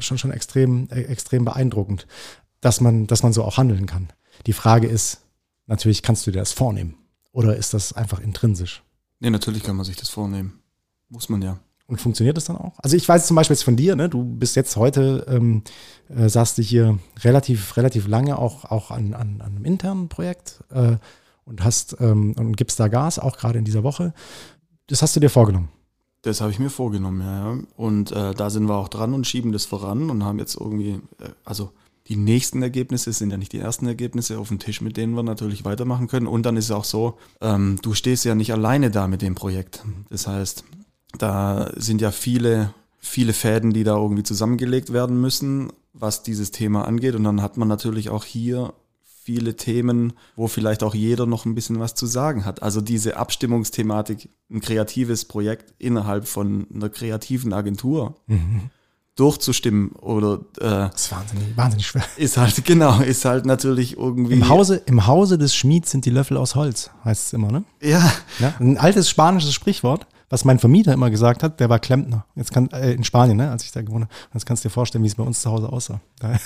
S1: extrem beeindruckend, dass man so auch handeln kann. Die Frage ist natürlich, kannst du dir das vornehmen oder ist das einfach intrinsisch?
S2: Nee, natürlich kann man sich das vornehmen. Muss man ja.
S1: Und funktioniert das dann auch? Also ich weiß zum Beispiel jetzt von dir, ne, du bist jetzt heute, saßt du hier relativ lange auch an einem internen Projekt und gibst da Gas, auch gerade in dieser Woche. Das hast du dir vorgenommen?
S2: Das habe ich mir vorgenommen, ja. Und da sind wir auch dran und schieben das voran und haben jetzt irgendwie, die nächsten Ergebnisse sind ja nicht die ersten Ergebnisse auf dem Tisch, mit denen wir natürlich weitermachen können. Und dann ist es auch so, du stehst ja nicht alleine da mit dem Projekt. Das heißt, da sind ja viele Fäden, die da irgendwie zusammengelegt werden müssen, was dieses Thema angeht. Und dann hat man natürlich auch hier viele Themen, wo vielleicht auch jeder noch ein bisschen was zu sagen hat. Also diese Abstimmungsthematik, ein kreatives Projekt innerhalb von einer kreativen Agentur durchzustimmen oder
S1: das ist wahnsinnig schwer.
S2: Ist halt natürlich irgendwie.
S1: Im Hause des Schmieds sind die Löffel aus Holz, heißt es immer, ne?
S2: Ja.
S1: Ein altes spanisches Sprichwort, was mein Vermieter immer gesagt hat, der war Klempner. In Spanien, ne, als ich da gewohnt habe. Jetzt kannst du dir vorstellen, wie es bei uns zu Hause aussah.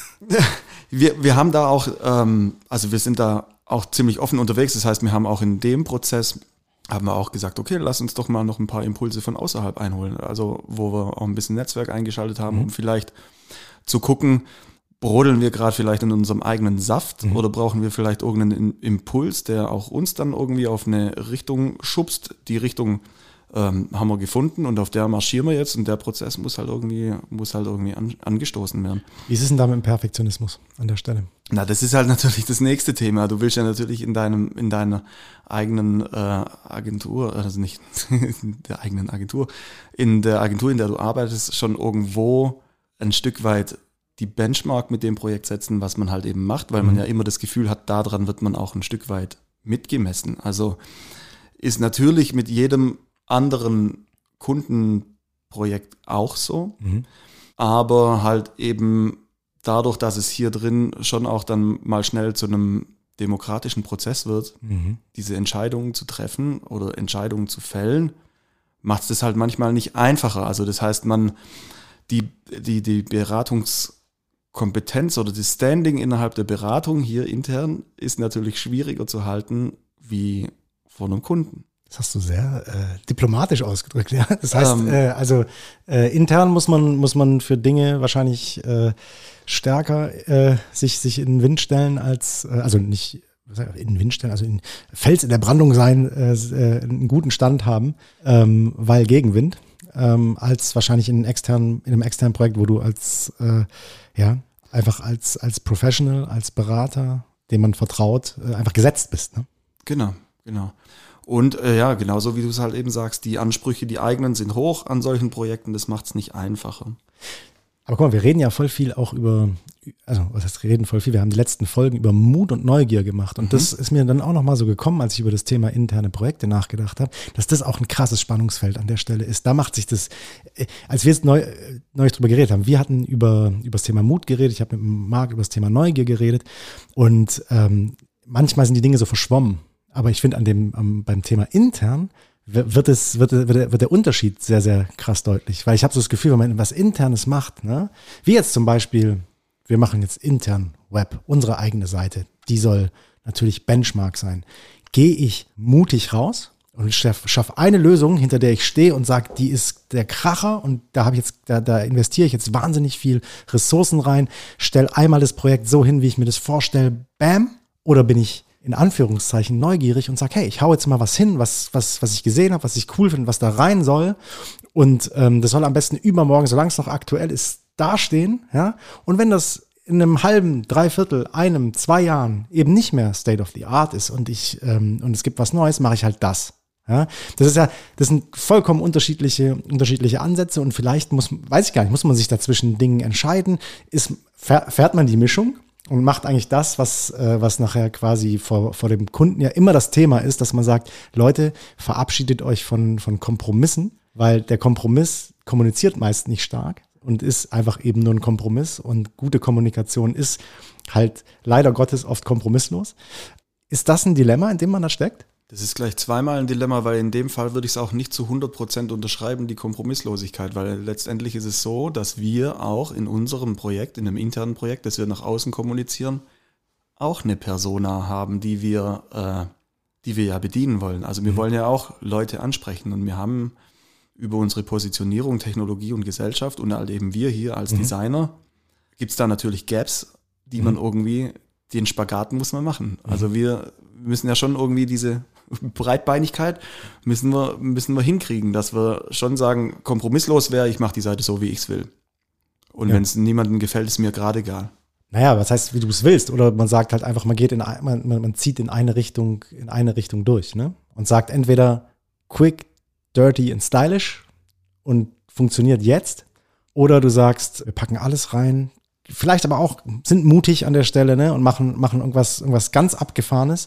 S2: Wir haben da auch, wir sind da auch ziemlich offen unterwegs. Das heißt, wir haben auch in dem Prozess haben wir auch gesagt, okay, lass uns doch mal noch ein paar Impulse von außerhalb einholen. Also wo wir auch ein bisschen Netzwerk eingeschaltet haben, um vielleicht zu gucken, brodeln wir gerade vielleicht in unserem eigenen Saft oder brauchen wir vielleicht irgendeinen Impuls, der auch uns dann irgendwie auf eine Richtung schubst. Die Richtung haben wir gefunden und auf der marschieren wir jetzt und der Prozess muss halt irgendwie angestoßen werden.
S1: Wie ist es denn da mit dem Perfektionismus an der Stelle?
S2: Na, das ist halt natürlich das nächste Thema. Du willst ja natürlich in deiner eigenen Agentur, also nicht in der eigenen Agentur, in der Agentur, in der du arbeitest, schon irgendwo ein Stück weit die Benchmark mit dem Projekt setzen, was man halt eben macht, weil man ja immer das Gefühl hat, daran wird man auch ein Stück weit mitgemessen. Also ist natürlich mit jedem anderen Kundenprojekt auch so, aber halt eben dadurch, dass es hier drin schon auch dann mal schnell zu einem demokratischen Prozess wird, diese Entscheidungen zu treffen oder Entscheidungen zu fällen, macht es das halt manchmal nicht einfacher. Also das heißt, die Beratungskompetenz oder das Standing innerhalb der Beratung hier intern ist natürlich schwieriger zu halten wie vor einem Kunden.
S1: Das hast du sehr diplomatisch ausgedrückt, ja. Das heißt, intern muss man für Dinge wahrscheinlich stärker sich in den Wind stellen als, nicht in den Wind stellen, also in Fels in der Brandung sein, einen guten Stand haben, weil Gegenwind, als wahrscheinlich in einem externen Projekt, wo du einfach als Professional, als Berater, dem man vertraut, einfach gesetzt bist. Ne?
S2: Genau. Und genauso wie du es halt eben sagst, die Ansprüche, die eigenen sind hoch an solchen Projekten, das macht es nicht einfacher.
S1: Aber guck mal, wir reden ja voll viel auch wir haben die letzten Folgen über Mut und Neugier gemacht. Und das ist mir dann auch nochmal so gekommen, als ich über das Thema interne Projekte nachgedacht habe, dass das auch ein krasses Spannungsfeld an der Stelle ist. Da macht sich das, als wir jetzt neulich drüber geredet haben, wir hatten über das Thema Mut geredet, ich habe mit Marc über das Thema Neugier geredet und manchmal sind die Dinge so verschwommen. Aber ich finde beim Thema intern wird der Unterschied sehr, sehr krass deutlich. Weil ich habe so das Gefühl, wenn man was Internes macht, ne, wie jetzt zum Beispiel wir machen jetzt intern Web, unsere eigene Seite, die soll natürlich Benchmark sein. Gehe ich mutig raus und schaffe eine Lösung, hinter der ich stehe und sage, die ist der Kracher und da investiere ich jetzt wahnsinnig viel Ressourcen rein, stelle einmal das Projekt so hin, wie ich mir das vorstelle, bam, oder bin ich in Anführungszeichen neugierig und sage, hey, ich hau jetzt mal was hin, was ich gesehen habe, was ich cool finde, was da rein soll und das soll am besten übermorgen, solange es noch aktuell ist, dastehen, ja, und wenn das in einem halben, dreiviertel, 2 Jahren eben nicht mehr State of the Art ist und es gibt was Neues, mache ich halt das. Ja, das sind vollkommen unterschiedliche Ansätze und vielleicht muss man sich dazwischen Dingen entscheiden. Fährt man die Mischung und macht eigentlich das, was nachher quasi vor dem Kunden ja immer das Thema ist, dass man sagt, Leute, verabschiedet euch von Kompromissen, weil der Kompromiss kommuniziert meist nicht stark und ist einfach eben nur ein Kompromiss und gute Kommunikation ist halt leider Gottes oft kompromisslos. Ist das ein Dilemma, in dem man da steckt?
S2: Das ist gleich zweimal ein Dilemma, weil in dem Fall würde ich es auch nicht zu 100% unterschreiben, die Kompromisslosigkeit, weil letztendlich ist es so, dass wir auch in unserem Projekt, in einem internen Projekt, das wir nach außen kommunizieren, auch eine Persona haben, die wir ja bedienen wollen. Also wir wollen ja auch Leute ansprechen und wir haben über unsere Positionierung, Technologie und Gesellschaft und halt eben wir hier als Designer, gibt es da natürlich Gaps, die man irgendwie, den Spagat muss man machen. Also wir müssen ja schon irgendwie diese Breitbeinigkeit müssen wir hinkriegen, dass wir schon sagen, kompromisslos wäre, ich mache die Seite so, wie ich es will. Und wenn es niemandem gefällt, ist mir gerade egal.
S1: Naja, was heißt, wie du es willst? Oder man sagt halt einfach, man zieht in eine Richtung durch, ne? Und sagt entweder quick, dirty und stylish und funktioniert jetzt. Oder du sagst, wir packen alles rein, vielleicht aber auch sind mutig an der Stelle, ne? Und machen irgendwas ganz Abgefahrenes.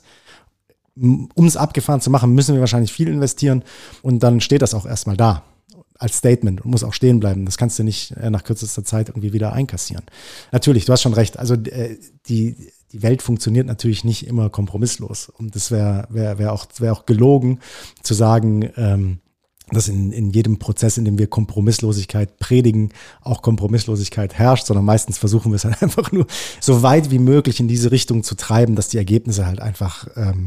S1: Um es abgefahren zu machen, müssen wir wahrscheinlich viel investieren und dann steht das auch erstmal da als Statement und muss auch stehen bleiben. Das kannst du nicht nach kürzester Zeit irgendwie wieder einkassieren. Natürlich, du hast schon recht. Also die Welt funktioniert natürlich nicht immer kompromisslos und das wäre auch gelogen zu sagen, dass in jedem Prozess, in dem wir Kompromisslosigkeit predigen, auch Kompromisslosigkeit herrscht, sondern meistens versuchen wir es halt einfach nur so weit wie möglich in diese Richtung zu treiben, dass die Ergebnisse halt einfach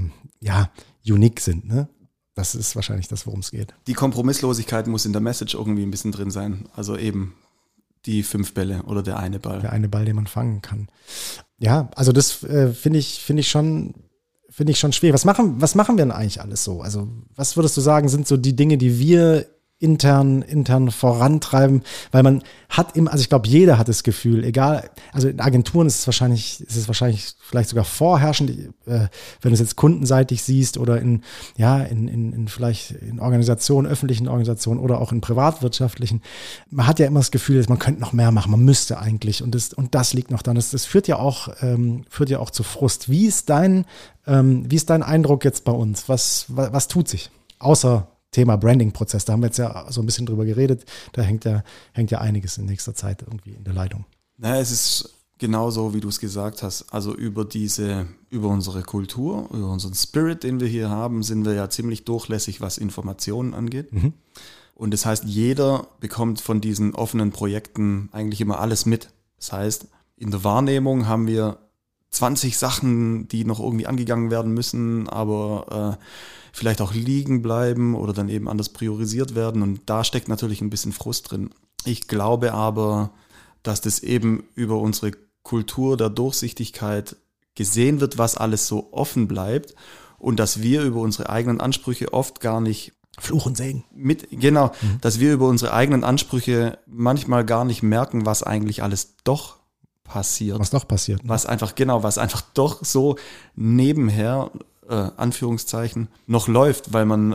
S1: unique sind. Ne? Das ist wahrscheinlich das, worum es geht.
S2: Die Kompromisslosigkeit muss in der Message irgendwie ein bisschen drin sein. Also eben die 5 Bälle oder der eine Ball.
S1: Der eine Ball, den man fangen kann. Ja, also das finde ich schon schwierig. Was machen wir denn eigentlich alles so? Also was würdest du sagen, sind so die Dinge, die wir intern vorantreiben? Weil man hat also ich glaube, jeder hat das Gefühl, egal, also in Agenturen ist es wahrscheinlich vielleicht sogar vorherrschend, wenn du es jetzt kundenseitig siehst oder in vielleicht in Organisationen, öffentlichen Organisationen oder auch in privatwirtschaftlichen. Man hat ja immer das Gefühl, man könnte noch mehr machen, man müsste eigentlich und das liegt noch da. Das führt ja auch zu Frust. Wie ist dein Eindruck jetzt bei uns? Was tut sich? Außer Thema Branding-Prozess, da haben wir jetzt ja so ein bisschen drüber geredet, da hängt ja einiges in nächster Zeit irgendwie in der Leitung.
S2: Naja, es ist genauso, wie du es gesagt hast, also über unsere Kultur, über unseren Spirit, den wir hier haben, sind wir ja ziemlich durchlässig, was Informationen angeht. Mhm. Und das heißt, jeder bekommt von diesen offenen Projekten eigentlich immer alles mit. Das heißt, in der Wahrnehmung haben wir 20 Sachen, die noch irgendwie angegangen werden müssen, aber vielleicht auch liegen bleiben oder dann eben anders priorisiert werden. Und da steckt natürlich ein bisschen Frust drin. Ich glaube aber, dass das eben über unsere Kultur der Durchsichtigkeit gesehen wird, was alles so offen bleibt und dass wir über unsere eigenen Ansprüche oft gar nicht
S1: Fluch und Segen.
S2: Dass wir über unsere eigenen Ansprüche manchmal gar nicht merken, was eigentlich alles doch passiert.
S1: Was doch passiert.
S2: Ne? Was einfach doch so nebenher, Anführungszeichen, noch läuft, weil man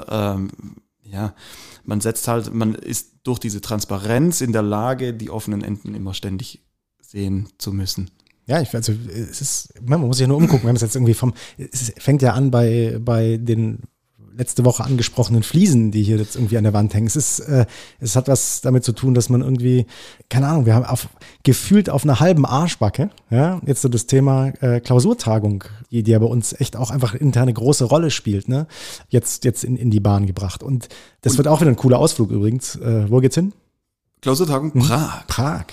S2: man ist durch diese Transparenz in der Lage, die offenen Enden immer ständig sehen zu müssen.
S1: Ja, man muss sich ja nur umgucken, wenn es jetzt irgendwie es fängt ja an bei den letzte Woche angesprochenen Fliesen, die hier jetzt irgendwie an der Wand hängen. Es hat was damit zu tun, dass man irgendwie, keine Ahnung, wir haben gefühlt auf einer halben Arschbacke, ja, jetzt so das Thema Klausurtagung, die ja bei uns echt auch einfach intern eine große Rolle spielt, ne, jetzt in die Bahn gebracht. Und das wird auch wieder ein cooler Ausflug übrigens. Wo geht's hin?
S2: Klausurtagung? Prag.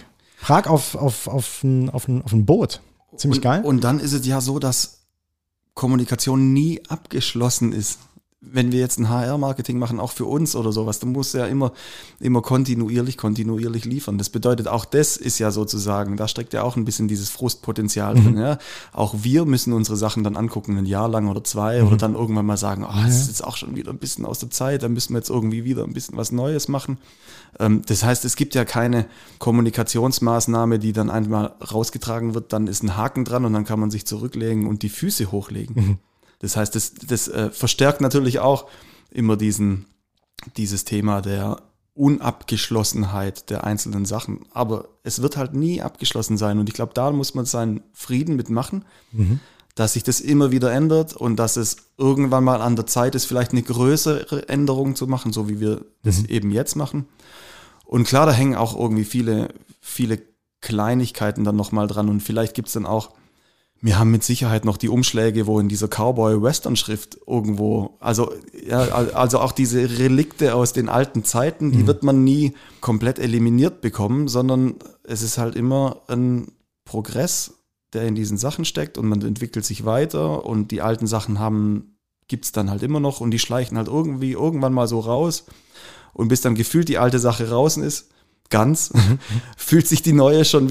S1: Prag auf ein Boot. Ziemlich geil.
S2: Und dann ist es ja so, dass Kommunikation nie abgeschlossen ist. Wenn wir jetzt ein HR-Marketing machen, auch für uns oder sowas, dann musst du ja immer kontinuierlich liefern. Das bedeutet, auch das ist ja sozusagen, da steckt ja auch ein bisschen dieses Frustpotenzial drin. Ja? Auch wir müssen unsere Sachen dann angucken, ein Jahr lang oder 2 oder dann irgendwann mal sagen, das ist jetzt auch schon wieder ein bisschen aus der Zeit, da müssen wir jetzt irgendwie wieder ein bisschen was Neues machen. Das heißt, es gibt ja keine Kommunikationsmaßnahme, die dann einmal rausgetragen wird, dann ist ein Haken dran und dann kann man sich zurücklegen und die Füße hochlegen. Das heißt, das verstärkt natürlich auch immer dieses Thema der Unabgeschlossenheit der einzelnen Sachen. Aber es wird halt nie abgeschlossen sein. Und ich glaube, da muss man seinen Frieden mitmachen, dass sich das immer wieder ändert und dass es irgendwann mal an der Zeit ist, vielleicht eine größere Änderung zu machen, so wie wir das eben jetzt machen. Und klar, da hängen auch irgendwie viele Kleinigkeiten dann nochmal dran. Und vielleicht gibt es dann auch, wir haben mit Sicherheit noch die Umschläge, wo in dieser Cowboy-Western-Schrift irgendwo, also auch diese Relikte aus den alten Zeiten, die wird man nie komplett eliminiert bekommen, sondern es ist halt immer ein Progress, der in diesen Sachen steckt und man entwickelt sich weiter und die alten Sachen gibt's dann halt immer noch und die schleichen halt irgendwann mal so raus und bis dann gefühlt die alte Sache draußen ist, fühlt sich die neue schon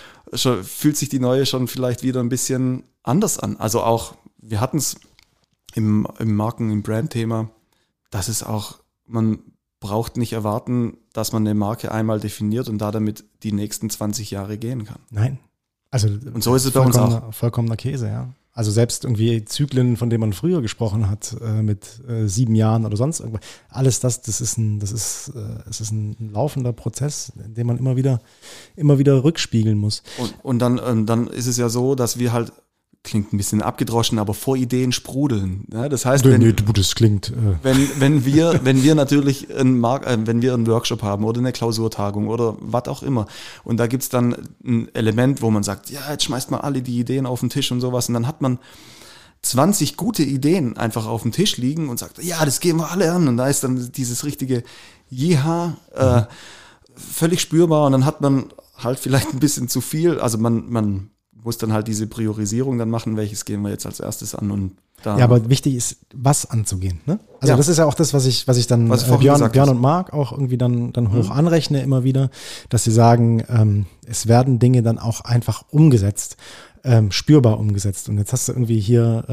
S2: vielleicht wieder ein bisschen anders an. Also auch, wir hatten es im Brand-Thema, dass es auch, man braucht nicht erwarten, dass man eine Marke einmal definiert und damit die nächsten 20 Jahre gehen kann.
S1: Nein. Also
S2: und so ist es bei uns auch.
S1: Vollkommener Käse, ja. Also selbst irgendwie Zyklen, von denen man früher gesprochen hat, mit 7 Jahren oder sonst irgendwas, alles das ist ein laufender Prozess, in dem man immer wieder rückspiegeln muss.
S2: Und dann ist es ja so, dass wir halt, klingt ein bisschen abgedroschen, aber vor Ideen sprudeln. Ja, das heißt,
S1: das klingt.
S2: Wenn wir natürlich wenn wir einen Workshop haben oder eine Klausurtagung oder was auch immer und da gibt's dann ein Element, wo man sagt, ja, jetzt schmeißt mal alle die Ideen auf den Tisch und sowas und dann hat man 20 gute Ideen einfach auf dem Tisch liegen und sagt, ja, das gehen wir alle an und da ist dann dieses richtige völlig spürbar und dann hat man halt vielleicht ein bisschen zu viel, also man muss dann halt diese Priorisierung dann machen, welches gehen wir jetzt als erstes an und da.
S1: Ja, aber wichtig ist, was anzugehen, ne? Also das ist ja auch das, was ich dann Björn und Marc auch irgendwie dann hoch anrechne immer wieder, dass sie sagen, es werden Dinge dann auch einfach umgesetzt, spürbar umgesetzt. Und jetzt hast du irgendwie hier,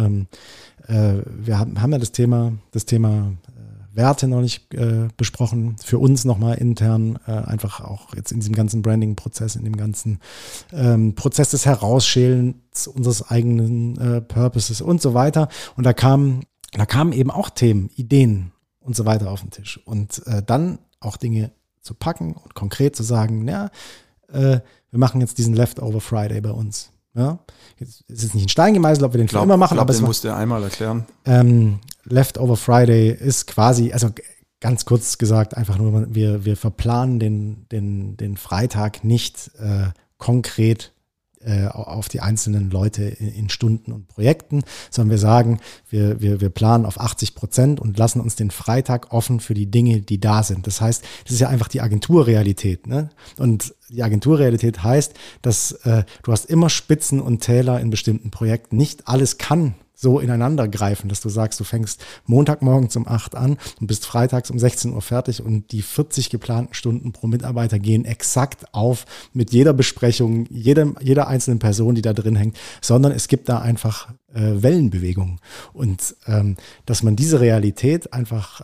S1: wir haben ja das Thema Werte noch nicht besprochen, für uns nochmal intern, einfach auch jetzt in diesem ganzen Branding-Prozess, in dem ganzen Prozess des Herausschälens unseres eigenen Purposes und so weiter. Und da kamen eben auch Themen, Ideen und so weiter auf den Tisch. Und dann auch Dinge zu packen und konkret zu sagen, wir machen jetzt diesen Leftover Friday bei uns. Ja, jetzt ist es nicht in Stein gemeißelt, ob wir den für immer machen.
S2: Aber den musst du einmal erklären.
S1: Leftover Friday ist quasi, also ganz kurz gesagt, einfach nur, wir verplanen den Freitag nicht konkret auf die einzelnen Leute in Stunden und Projekten, sondern wir sagen, wir planen auf 80% und lassen uns den Freitag offen für die Dinge, die da sind. Das heißt, das ist ja einfach die Agenturrealität, ne? Und die Agenturrealität heißt, dass du hast immer Spitzen und Täler in bestimmten Projekten. Nicht alles kann so ineinander greifen, dass du sagst, du fängst Montagmorgens um 8 an und bist freitags um 16 Uhr fertig und die 40 geplanten Stunden pro Mitarbeiter gehen exakt auf mit jeder Besprechung, jeder einzelnen Person, die da drin hängt, sondern es gibt da einfach Wellenbewegungen und dass man diese Realität einfach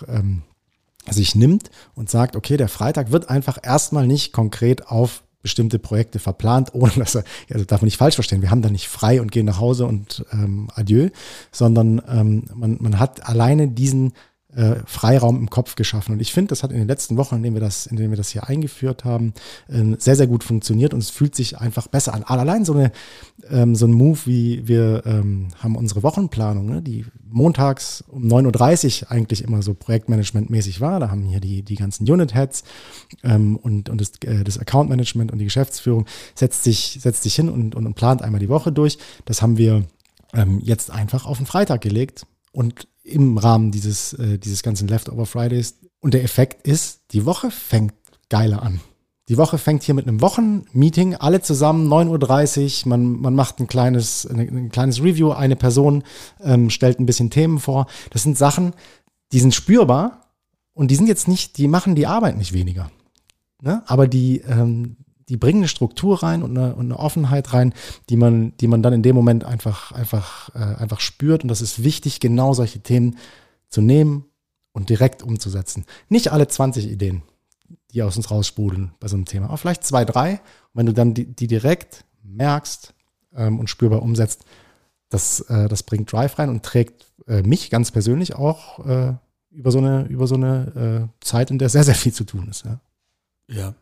S1: sich nimmt und sagt, okay, der Freitag wird einfach erstmal nicht konkret auf bestimmte Projekte verplant, ohne dass also darf man nicht falsch verstehen, wir haben da nicht frei und gehen nach Hause und adieu, sondern man hat alleine diesen Freiraum im Kopf geschaffen. Und ich finde, das hat in den letzten Wochen, in denen wir das hier eingeführt haben, sehr, sehr gut funktioniert und es fühlt sich einfach besser an. Allein so ein Move, wie wir haben unsere Wochenplanung, ne, die montags um 9.30 Uhr eigentlich immer so projektmanagementmäßig war. Da haben hier die ganzen Unit-Heads und das Account-Management und die Geschäftsführung setzt sich hin und plant einmal die Woche durch. Das haben wir jetzt einfach auf den Freitag gelegt und im Rahmen dieses ganzen Leftover Fridays. Und der Effekt ist, die Woche fängt geiler an. Die Woche fängt hier mit einem Wochenmeeting, alle zusammen, 9:30 Uhr, man macht ein kleines Review, eine Person stellt ein bisschen Themen vor. Das sind Sachen, die sind spürbar und die sind jetzt nicht, die machen die Arbeit nicht weniger. Ne? Aber die bringen eine Struktur rein und eine Offenheit rein, die man dann in dem Moment einfach spürt. Und das ist wichtig, genau solche Themen zu nehmen und direkt umzusetzen. Nicht alle 20 Ideen, die aus uns raussprudeln bei so einem Thema, aber vielleicht 2, 3. Und wenn du dann die direkt merkst und spürbar umsetzt, das bringt Drive rein und trägt mich ganz persönlich auch über so eine Zeit, in der sehr, sehr viel zu tun ist.
S2: Ja.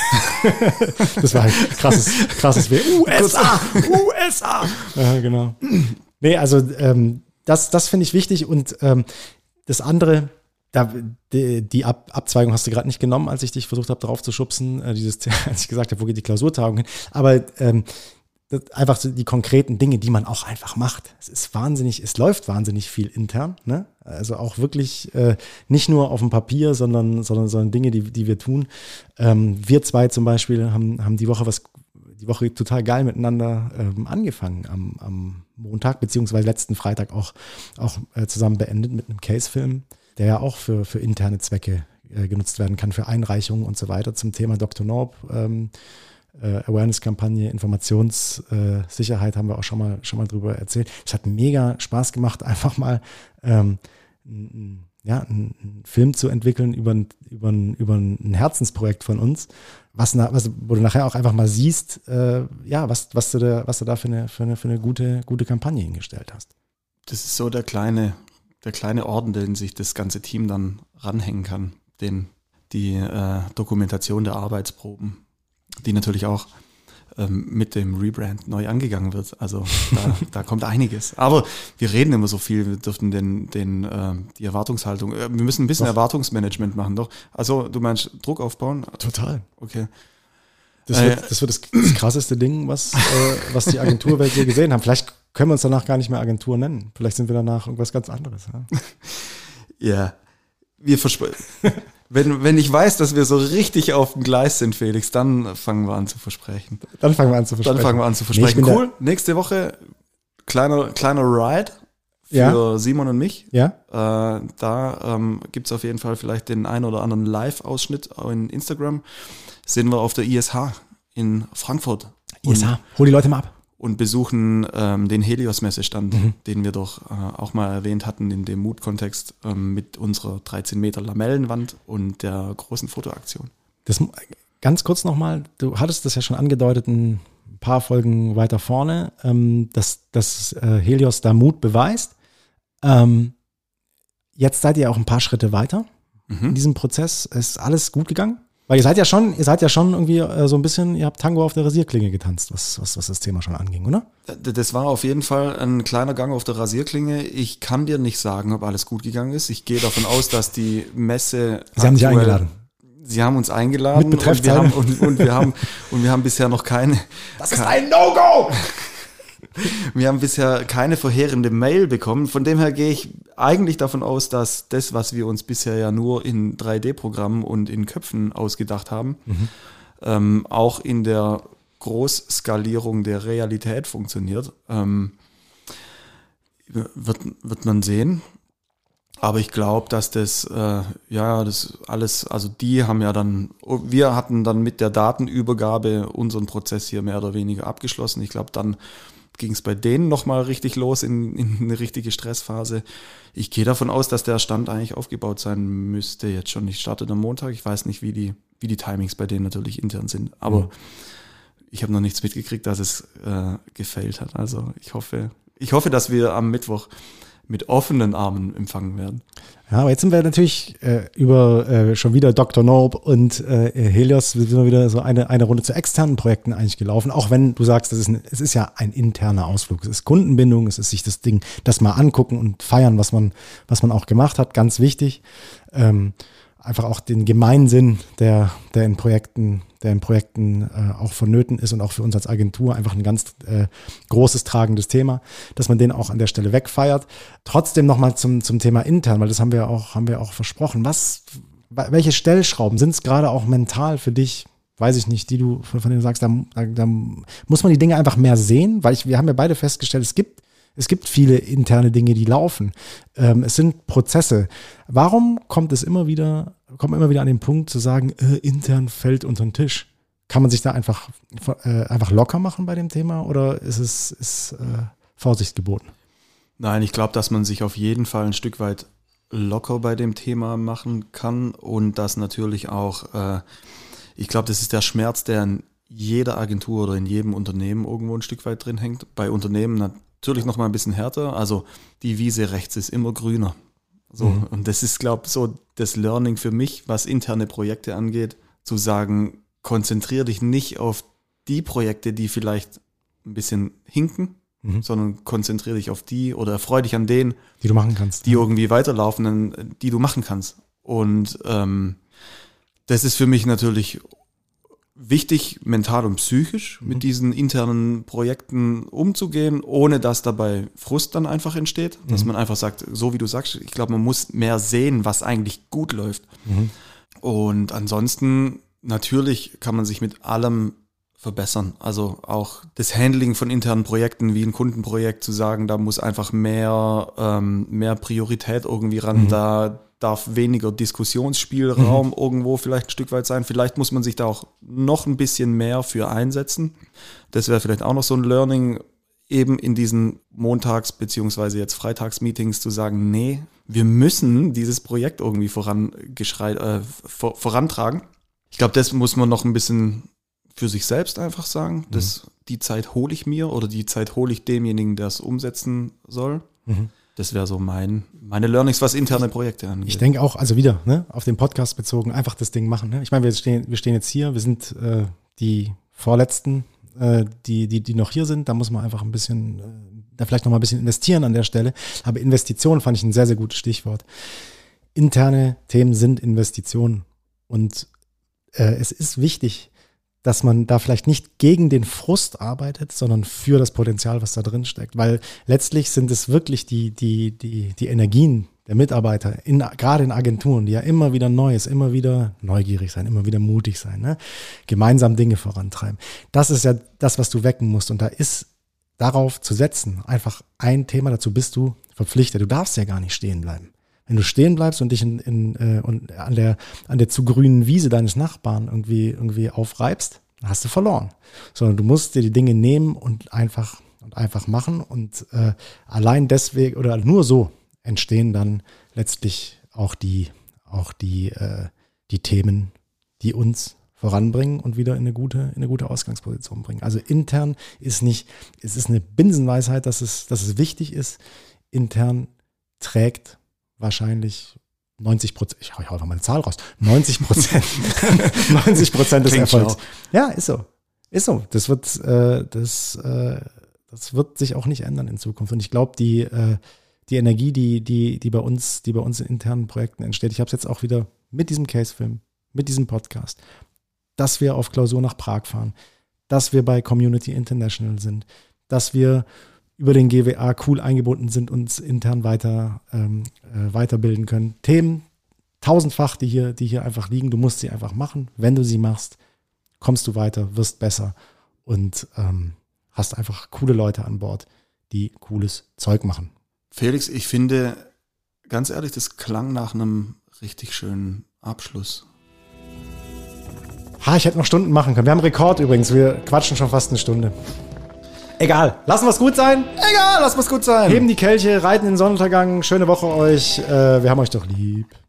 S1: Das war ein krasses USA! Ja, genau. Nee, also das finde ich wichtig und das andere, die Abzweigung hast du gerade nicht genommen, als ich dich versucht habe, drauf zu schubsen, als ich gesagt habe, wo geht die Klausurtagung hin, aber einfach so die konkreten Dinge, die man auch einfach macht. Es läuft wahnsinnig viel intern, ne? Also auch wirklich nicht nur auf dem Papier, sondern Dinge, die wir tun. Wir zwei zum Beispiel haben die Woche total geil miteinander angefangen am Montag, beziehungsweise letzten Freitag auch zusammen beendet mit einem Case-Film, der ja auch für interne Zwecke genutzt werden kann, für Einreichungen und so weiter zum Thema Dr. Norb. Awareness-Kampagne, Informationssicherheit haben wir auch schon mal drüber erzählt. Es hat mega Spaß gemacht, einfach mal einen Film zu entwickeln über ein Herzensprojekt von uns, wo du nachher auch einfach mal siehst, was du da für eine gute Kampagne hingestellt hast.
S2: Das ist so der kleine Orden, den sich das ganze Team dann ranhängen kann, die Dokumentation der Arbeitsproben, die natürlich auch mit dem Rebrand neu angegangen wird. Also da kommt einiges. Aber wir reden immer so viel, wir dürften die Erwartungshaltung, wir müssen ein bisschen Erwartungsmanagement machen, doch. Also du meinst Druck aufbauen?
S1: Total.
S2: Okay.
S1: Das wird das krasseste Ding, was die Agenturwelt je gesehen haben. Vielleicht können wir uns danach gar nicht mehr Agentur nennen. Vielleicht sind wir danach irgendwas ganz anderes.
S2: Ja, wir versprechen. Wenn ich weiß, dass wir so richtig auf dem Gleis sind, Felix, dann fangen wir an zu versprechen. Cool. Nächste Woche kleiner Ride für Simon und mich.
S1: Ja.
S2: Da gibt's auf jeden Fall vielleicht den einen oder anderen Live-Ausschnitt in Instagram. Sind wir auf der ISH in Frankfurt.
S1: ISH, hol die Leute mal ab.
S2: Und besuchen den Helios-Messestand, den wir doch auch mal erwähnt hatten in dem Mut-Kontext mit unserer 13 Meter Lamellenwand und der großen Fotoaktion.
S1: Das ganz kurz nochmal, du hattest das ja schon angedeutet, ein paar Folgen weiter vorne, dass Helios da Mut beweist. Jetzt seid ihr auch ein paar Schritte weiter in diesem Prozess. Ist alles gut gegangen? Weil ihr seid ja schon irgendwie so ein bisschen, ihr habt Tango auf der Rasierklinge getanzt, was das Thema schon anging, oder?
S2: Das war auf jeden Fall ein kleiner Gang auf der Rasierklinge. Ich kann dir nicht sagen, ob alles gut gegangen ist. Ich gehe davon aus, dass die Messe...
S1: Sie haben dich eingeladen.
S2: Sie haben uns eingeladen.
S1: Mit Betreffzeile.
S2: Und wir haben bisher noch keine...
S1: Das ist ein No-Go!
S2: Wir haben bisher keine vorherige Mail bekommen. Von dem her gehe ich eigentlich davon aus, dass das, was wir uns bisher ja nur in 3D-Programmen und in Köpfen ausgedacht haben, auch in der Großskalierung der Realität funktioniert. Wird man sehen. Aber ich glaube, dass das alles, also wir hatten dann mit der Datenübergabe unseren Prozess hier mehr oder weniger abgeschlossen. Ich glaube, dann ging es bei denen nochmal richtig los in eine richtige Stressphase. Ich gehe davon aus, dass der Stand eigentlich aufgebaut sein müsste. Jetzt schon nicht startet am Montag. Ich weiß nicht, wie die Timings bei denen natürlich intern sind. Aber ich habe noch nichts mitgekriegt, dass es gefailt hat. Also ich hoffe, dass wir am Mittwoch mit offenen Armen empfangen werden.
S1: Ja, aber jetzt sind wir natürlich über schon wieder Dr. Norb und Helios, wir sind wieder so eine Runde zu externen Projekten eigentlich gelaufen, auch wenn du sagst, es ist ja ein interner Ausflug, es ist Kundenbindung, es ist sich das mal angucken und feiern, was man auch gemacht hat, ganz wichtig. Einfach auch den Gemeinsinn, der in Projekten auch vonnöten ist und auch für uns als Agentur einfach ein ganz großes, tragendes Thema, dass man den auch an der Stelle wegfeiert. Trotzdem nochmal zum Thema intern, weil das haben wir auch versprochen. Welche Stellschrauben sind es gerade auch mental für dich weiß ich nicht, die du, von denen du sagst, da muss man die Dinge einfach mehr sehen, weil wir haben ja beide festgestellt, es gibt viele interne Dinge, die laufen. Es sind Prozesse. Warum kommt immer wieder an den Punkt zu sagen, intern fällt unter den Tisch? Kann man sich da einfach locker machen bei dem Thema oder ist Vorsicht geboten?
S2: Nein, ich glaube, dass man sich auf jeden Fall ein Stück weit locker bei dem Thema machen kann und dass natürlich auch, ich glaube, das ist der Schmerz, der in jeder Agentur oder in jedem Unternehmen irgendwo ein Stück weit drin hängt. Bei Unternehmen natürlich noch mal ein bisschen härter, also die Wiese rechts ist immer grüner. So, und das ist, glaube ich, so das Learning für mich, was interne Projekte angeht, zu sagen, konzentriere dich nicht auf die Projekte, die vielleicht ein bisschen hinken, sondern konzentriere dich auf die oder erfreue dich an denen,
S1: die du machen kannst,
S2: die irgendwie weiterlaufen, die du machen kannst. Und das ist für mich natürlich wichtig, mental und psychisch mit diesen internen Projekten umzugehen, ohne dass dabei Frust dann einfach entsteht, dass man einfach sagt, so wie du sagst, ich glaube, man muss mehr sehen, was eigentlich gut läuft. Und ansonsten natürlich kann man sich mit allem verbessern. Also auch das Handling von internen Projekten wie ein Kundenprojekt zu sagen, da muss einfach mehr Priorität irgendwie ran, da darf weniger Diskussionsspielraum irgendwo vielleicht ein Stück weit sein. Vielleicht muss man sich da auch noch ein bisschen mehr für einsetzen. Das wäre vielleicht auch noch so ein Learning, eben in diesen Montags- beziehungsweise jetzt Freitags-Meetings zu sagen, nee, wir müssen dieses Projekt irgendwie vorantragen. Ich glaube, das muss man noch ein bisschen für sich selbst einfach sagen. Die Zeit hole ich mir oder die Zeit hole ich demjenigen, der es umsetzen soll. Das wäre so meine Learnings, was interne Projekte angeht.
S1: Ich denke auch, also wieder, auf den Podcast bezogen, einfach das Ding machen. Ne? Ich meine, wir stehen jetzt hier, wir sind die Vorletzten, die noch hier sind. Da muss man einfach ein bisschen, da vielleicht noch mal ein bisschen investieren an der Stelle. Aber Investitionen fand ich ein sehr, sehr gutes Stichwort. Interne Themen sind Investitionen. Und es ist wichtig, dass man da vielleicht nicht gegen den Frust arbeitet, sondern für das Potenzial, was da drin steckt. Weil letztlich sind es wirklich die Energien der Mitarbeiter, gerade in Agenturen, die ja immer wieder Neues, immer wieder neugierig sein, immer wieder mutig sein, ne? Gemeinsam Dinge vorantreiben. Das ist ja das, was du wecken musst. Und da ist darauf zu setzen, einfach ein Thema, dazu bist du verpflichtet. Du darfst ja gar nicht stehen bleiben. Wenn du stehen bleibst und dich und an der zu grünen Wiese deines Nachbarn irgendwie aufreibst, dann hast du verloren. Sondern du musst dir die Dinge nehmen und einfach machen. Und allein deswegen oder nur so entstehen dann letztlich auch die Themen, die uns voranbringen und wieder in eine gute Ausgangsposition bringen. Also intern es ist eine Binsenweisheit, dass es wichtig ist. Intern trägt wahrscheinlich 90%, ich hau einfach mal eine Zahl raus, 90% des Erfolgs. Ja, ist so. Das wird sich auch nicht ändern in Zukunft. Und ich glaube, die Energie, die bei uns in internen Projekten entsteht, ich habe es jetzt auch wieder mit diesem Case-Film, mit diesem Podcast, dass wir auf Klausur nach Prag fahren, dass wir bei Community International sind, dass wir über den GWA cool eingebunden sind, uns intern weiterbilden können. Themen, tausendfach, die hier einfach liegen. Du musst sie einfach machen. Wenn du sie machst, kommst du weiter, wirst besser und hast einfach coole Leute an Bord, die cooles Zeug machen.
S2: Felix, ich finde, ganz ehrlich, das klang nach einem richtig schönen Abschluss.
S1: Ich hätte noch Stunden machen können. Wir haben einen Rekord übrigens. Wir quatschen schon fast eine Stunde. Egal, lassen wir es gut sein.
S2: Heben die Kelche, reiten in den Sonnenuntergang. Schöne Woche euch. Wir haben euch doch lieb.